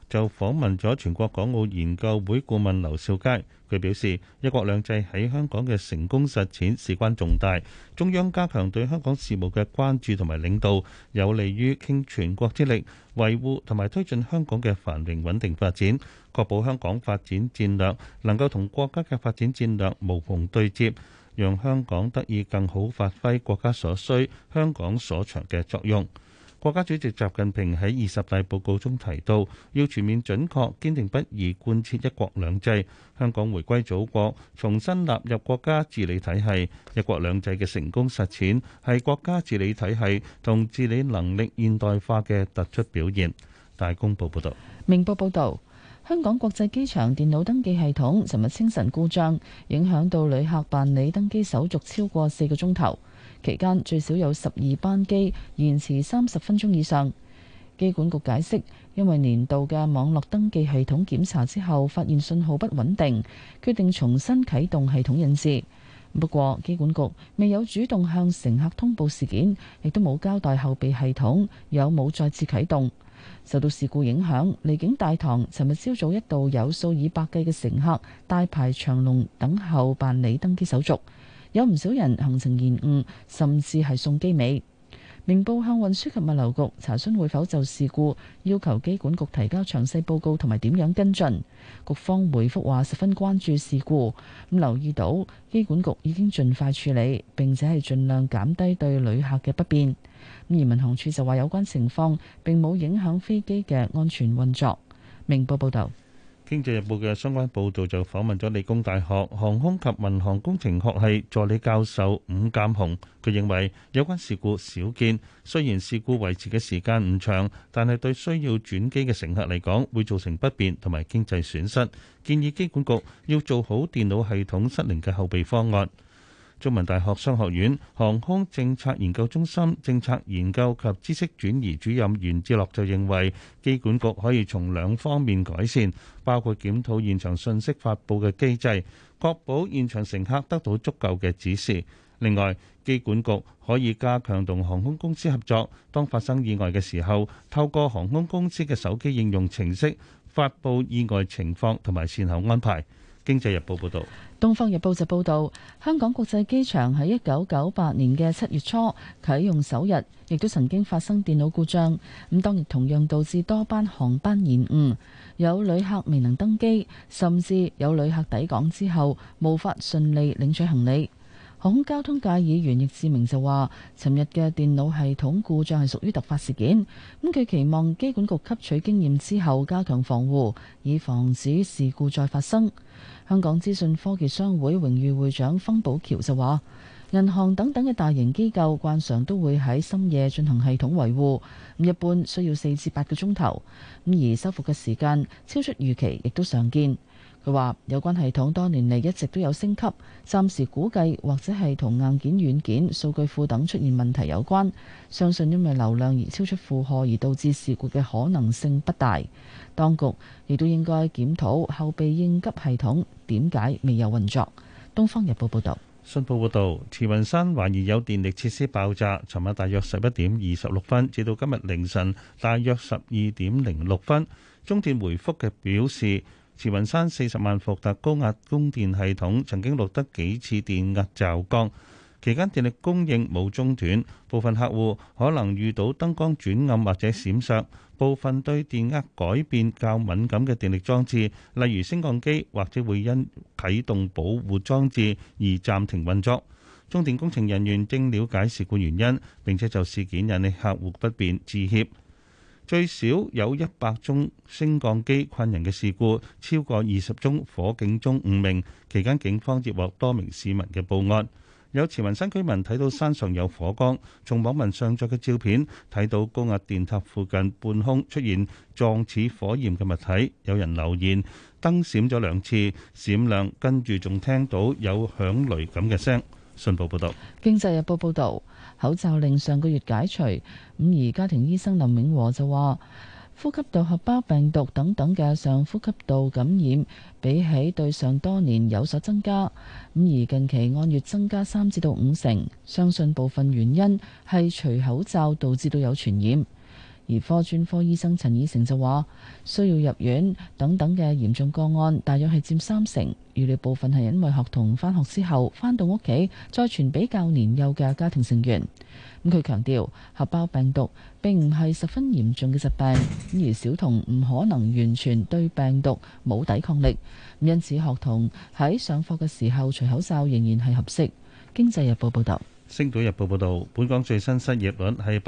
就訪問咗全國港澳研究會顧問劉兆佳。佢表示，一國兩制喺香港嘅成功實踐事關重大，中央加強對香港事務嘅關注同埋領導，有利於傾全國之力維護同埋推進香港嘅繁榮穩定發展，確保香港發展戰略能夠同國家嘅發展戰略無縫對接，讓香港得以更好發揮國家所需、香港所長嘅作用。國家主席習近平喺20大報告中提到，要全面準確、堅定不移貫徹一國兩制。香港回歸祖國，重新納入國家治理體系，一國兩制嘅成功實踐係國家治理體系同治理能力現代化嘅突出表現。大公報報道。 明報報道，香港國際機場電腦登記系統尋日清晨故障，影響到旅客辦理登機手續超過4個鐘頭。期間最少有12班機延遲30分鐘以上。機管局解釋，因為年度嘅網絡登記系統檢查之後，發現信號不穩定，決定重新啟動系統引致。不過，機管局未有主動向乘客通報事件，亦都冇交代後備系統有冇再次啟動。受到事故影響，離境大堂尋日朝早一度有數以百計嘅乘客大排長龍等候辦理登機手續。有唔少人行程延誤，甚至係送機尾。明報向運輸及物流局查詢會否就事故要求機管局提交詳細報告同埋點樣跟進。局方回覆話十分關注事故，咁留意到機管局已經盡快處理，並且係盡量減低對旅客嘅不便。而民航處就話有關情況並冇影響飛機嘅安全運作。明報報道。 《經濟日報》嘅相關報導就訪問咗理工大學航空及民航工程學系助理教授伍鑑雄，佢認為有關事故少見，雖然事故維持嘅時間唔長，但係對需要轉機嘅乘客嚟講會造成不便同埋經濟損失，建議機管局要做好電腦系統失靈嘅後備方案。中文大學商學院航空政策研究中心政策研究及知識轉移主任袁志樂就認為，機管局可以從2方面改善，包括檢討現場信息發布嘅機制，確保現場乘客得到足夠嘅指示。另外，機管局可以加強同航空公司合作，當發生意外嘅時候，透過航空公司嘅手機應用程式發布意外情況同埋善後安排。經濟日報報導。 東方日報就報導，香港國際機場喺1998年嘅7月初啟用首日，亦都曾經發生電腦故障，咁當日同樣導致多班航班延誤，有旅客未能登機，甚至有旅客抵港之後無法順利領取行李。航空交通界議員易志明就話，尋日嘅電腦系統故障係屬於突發事件，咁佢期望機管局吸取經驗之後加強防護，以防止事故再發生。香港資訊科技商會榮譽會長方寶橋就話，銀行等等嘅大型機構慣常都會喺深夜進行系統維護，咁一般需要4至8個鐘頭，咁而修復嘅時間超出預期亦都常見。佢話有關系統多年嚟一直都有升級，暫時估計或者係同硬件、軟件、數據庫等出現問題有關，相信因為流量而超出負荷而導致事故嘅可能性不大。當局亦都應該檢討後備應急系統點解未有運作。東方日報報道。 信報報導，慈雲山懷疑有電力設施爆炸，尋日大約11點26分至到今日凌晨大約12點06分，中電回覆嘅表示，慈雲山40萬伏特高壓供電系統曾經錄得幾次電壓驟降，期間電力供應冇中斷，部分客戶可能遇到燈光轉暗或者閃爍，部分對電壓改變較敏感嘅電力裝置，例如升降機，或者會因啟動保護裝置而暫停運作。中電工程人員正了解事故原因，並且就事件引起客戶不便致歉。最少有100宗升降機困人嘅事故，超過20宗火警鐘誤鳴。期間警方接獲多名市民嘅報案。有慈雲山居民睇到山上有火光，從網民上載嘅照片睇到高壓電塔附近半空出現狀似火焰嘅物體。有人留言燈閃咗2次，閃亮，跟住仲聽到有響雷咁嘅聲。信報報道。 經濟日報報導。口罩令上個月解除，咁而家庭醫生林永和就話，呼吸道合胞病毒等等嘅上呼吸道感染，比起對上多年有所增加，咁而近期按月增加3至5成，相信部分原因係除口罩導致到有傳染。 兒科專科醫生陳以誠就話，需要入院等等嘅嚴重個案，大約係佔30%。預料部分係因為學童返學之後返到屋企，再傳俾較年幼嘅家庭成員。咁佢強調，合胞病毒並唔係十分嚴重嘅疾病，而小童唔可能完全對病毒冇抵抗力，因此學童喺上課嘅時候除口罩仍然係合適。經濟日報報道。 星島日報報導，本港最新失業率係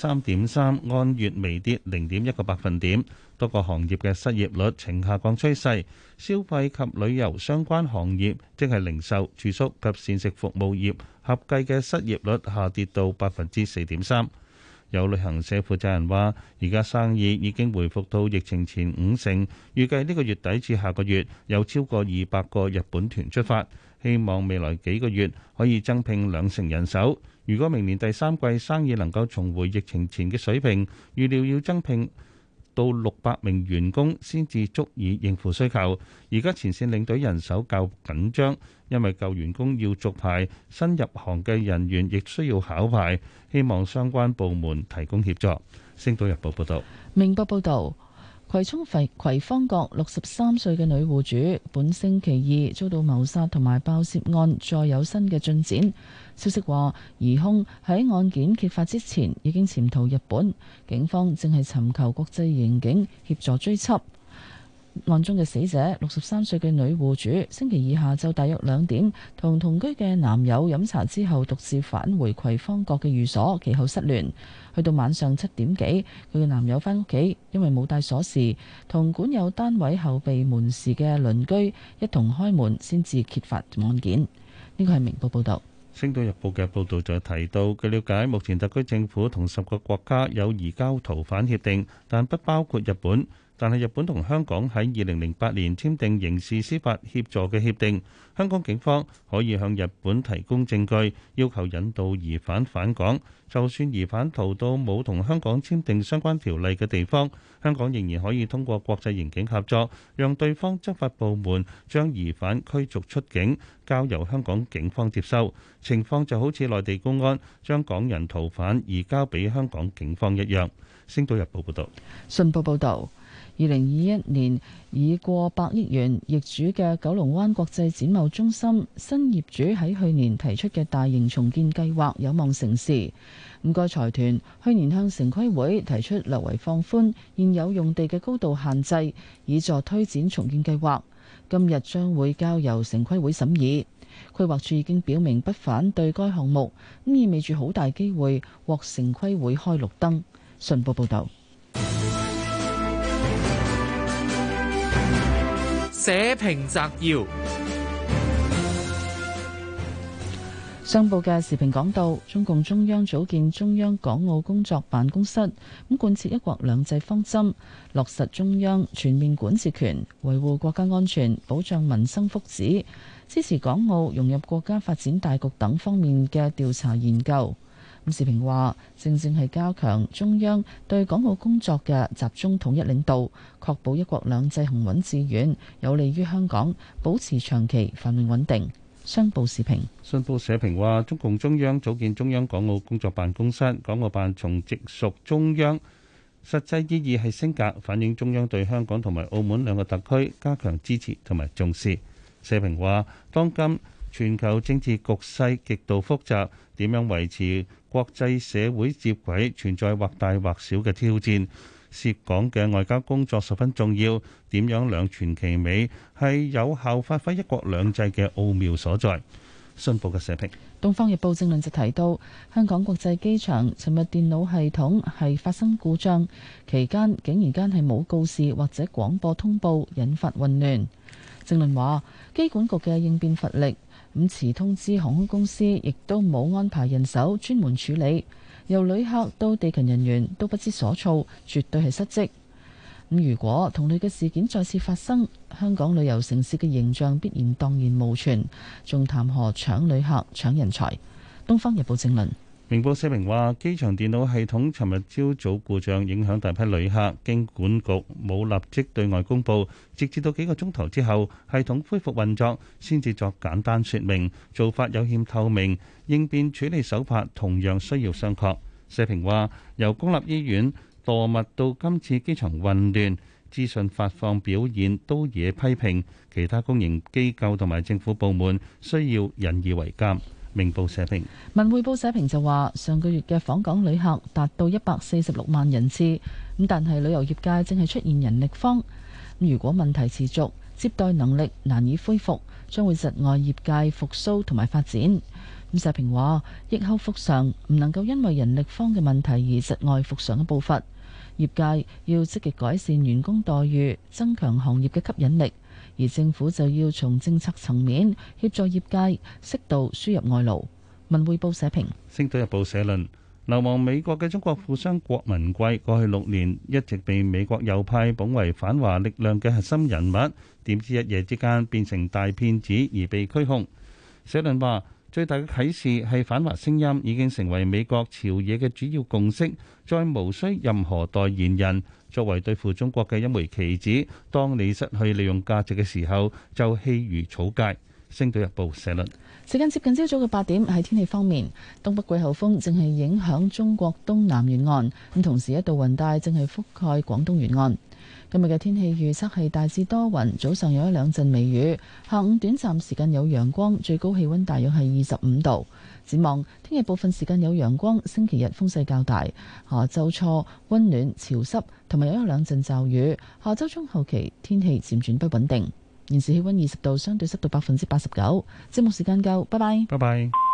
3.3%，按月微跌0.1個百分點。多個行業嘅失業率呈下降趨勢，消費及旅遊相關行業，即係零售、住宿及膳食服務業，合計嘅失業率下跌到4.3%。有旅行社負責人話，而家生意已經回復到疫情前50%，預計呢個月底至下個月有超過200個日本團出發。希望未來幾個月可以增聘20%人手。如果明年第三季生意能夠重回疫情前嘅水平，預料要增聘到600名員工先至足以應付需求。而家前線領隊人手較緊張，因為舊員工要續牌，新入行嘅人員亦需要考牌。希望相關部門提供協助。星島日報報道。 明報報導。葵涌葵芳閣63歲嘅女戶主，本星期二遭到謀殺同埋爆竊案，再有新嘅進展。消息話，疑兇喺案件揭發之前已經潛逃日本，警方正係尋求國際刑警協助追緝。案中嘅死者63歲嘅女戶主，星期二下晝大約2點，同居嘅男友飲茶之後，獨自返回葵芳閣嘅寓所，其後失聯。去到晚上7點幾，佢嘅男友返屋企，因為冇帶鎖匙，同管有單位後備門匙嘅鄰居一同開門，先至揭發案件。呢個係明報報導。 《星島日報》嘅報導就提到，據了解，目前特區政府同10個國家有移交逃犯協定，但不包括日本。但係日本同香港喺2008年簽訂刑事司法協助嘅協定，香港警方可以向日本提供證據，要求引渡疑犯返港。就算疑犯逃到冇同香港簽訂相關條例嘅地方，香港仍然可以通過國際刑警合作，讓對方執法部門將疑犯驅逐出境，交由香港警方接收。情況就好似內地公安將港人逃犯移交俾香港警方一樣。星島日報報道。 信報報導。2021年以過百億元易主嘅九龍灣國際展貿中心，新業主喺去年提出嘅大型重建計劃有望成事。該財團去年向城規會提出略為放寬現有用地嘅高度限制，以助推展重建計劃。今日將會交由城規會審議。規劃處已經表明不反對該項目，咁意味住好大機會獲城規會開綠燈。信報報導。 社評摘要。 上報嘅時評講到，中共中央組建中央港澳工作辦公室，咁貫徹一國兩制方針，落實中央全面管治權，維護國家安全，保障民生福祉，支持港澳融入國家發展大局等方面嘅調查研究。咁時評話，正係加強中央對港澳工作嘅集中統一領導，確保一國兩制行穩致遠，有利於香港保持長期繁榮穩定。商報時評。 信報社評話，中共中央組建中央港澳工作辦公室，港澳辦從直屬中央，實際意義係升格，反映中央對香港同埋澳門兩個特區加強支持同埋重視。社評話，當今全球政治局勢極度複雜，點樣維持國際社會接軌，存在或大或小嘅挑戰。涉港嘅外交工作十分重要，點樣兩全其美，係有效發揮一國兩制嘅奧妙所在。信報嘅社評。《 東方日報》正論就提到，香港國際機場尋日電腦系統係發生故障，期間竟然間係冇告示或者廣播通報，引發混亂。正論話，機管局嘅應變乏力，遲通知航空公司，亦都冇安排人手專門處理，由旅客到地勤人員都不知所措，絕對係失職。如果同類嘅事件再次發生，香港旅遊城市嘅形象必然蕩然無存，仲談何搶旅客、搶人才？《東方日報》正論。 明報社評話，機場電腦系統尋日朝早故障，影響大批旅客，經管局冇立即對外公佈，直至到幾個鐘頭之後，系統恢復運作，先至作簡單說明，做法有欠透明，應變處理手法同樣需要商榷。社評話，由公立醫院墮密到今次機場混亂，資訊發放表現都惹批評，其他公營機構同埋政府部門需要引以為鑑。明報社評。 文匯報社評就話，上個月嘅訪港旅客達到146萬人次，咁但係旅遊業界正係出現人力荒，如果問題持續，接待能力難以恢復，將會窒礙業界復甦同埋發展。咁社評話，疫後復常唔能夠因為人力荒嘅問題而窒礙復常嘅步伐，業界要積極改善員工待遇，增強行業嘅吸引力，而政府就要從政策層面協助業界適度輸入外勞。文匯報社評。 星島日報社論。流亡美國嘅中國富商郭文貴過去6年一直被美國右派捧為反華力量嘅核心人物，點知一夜之間變成大騙子而被拘控。社論話，最大嘅啟示係反華聲音已經成為美國朝野嘅主要共識，再無需任何代言人。作為對付中國嘅一枚棋子，當你失去利用價值嘅時候，就棄如草芥。星島日報社論。 時間接近朝早嘅8點，喺天氣方面，東北季候風正係影響中國東南沿岸，咁同時一道雲帶正係覆蓋廣東沿岸。今日嘅天氣預測係大致多雲，早上有一兩陣微雨，下午短暫時間有陽光，最高氣溫大約係25度。展望聽日部分時間有陽光，星期日風勢較大，下周初溫暖潮濕，同埋有一兩陣驟雨。下周中後期天氣漸轉不穩定。現時氣溫20度，相對濕度89%。節目時間夠，拜拜。 拜拜。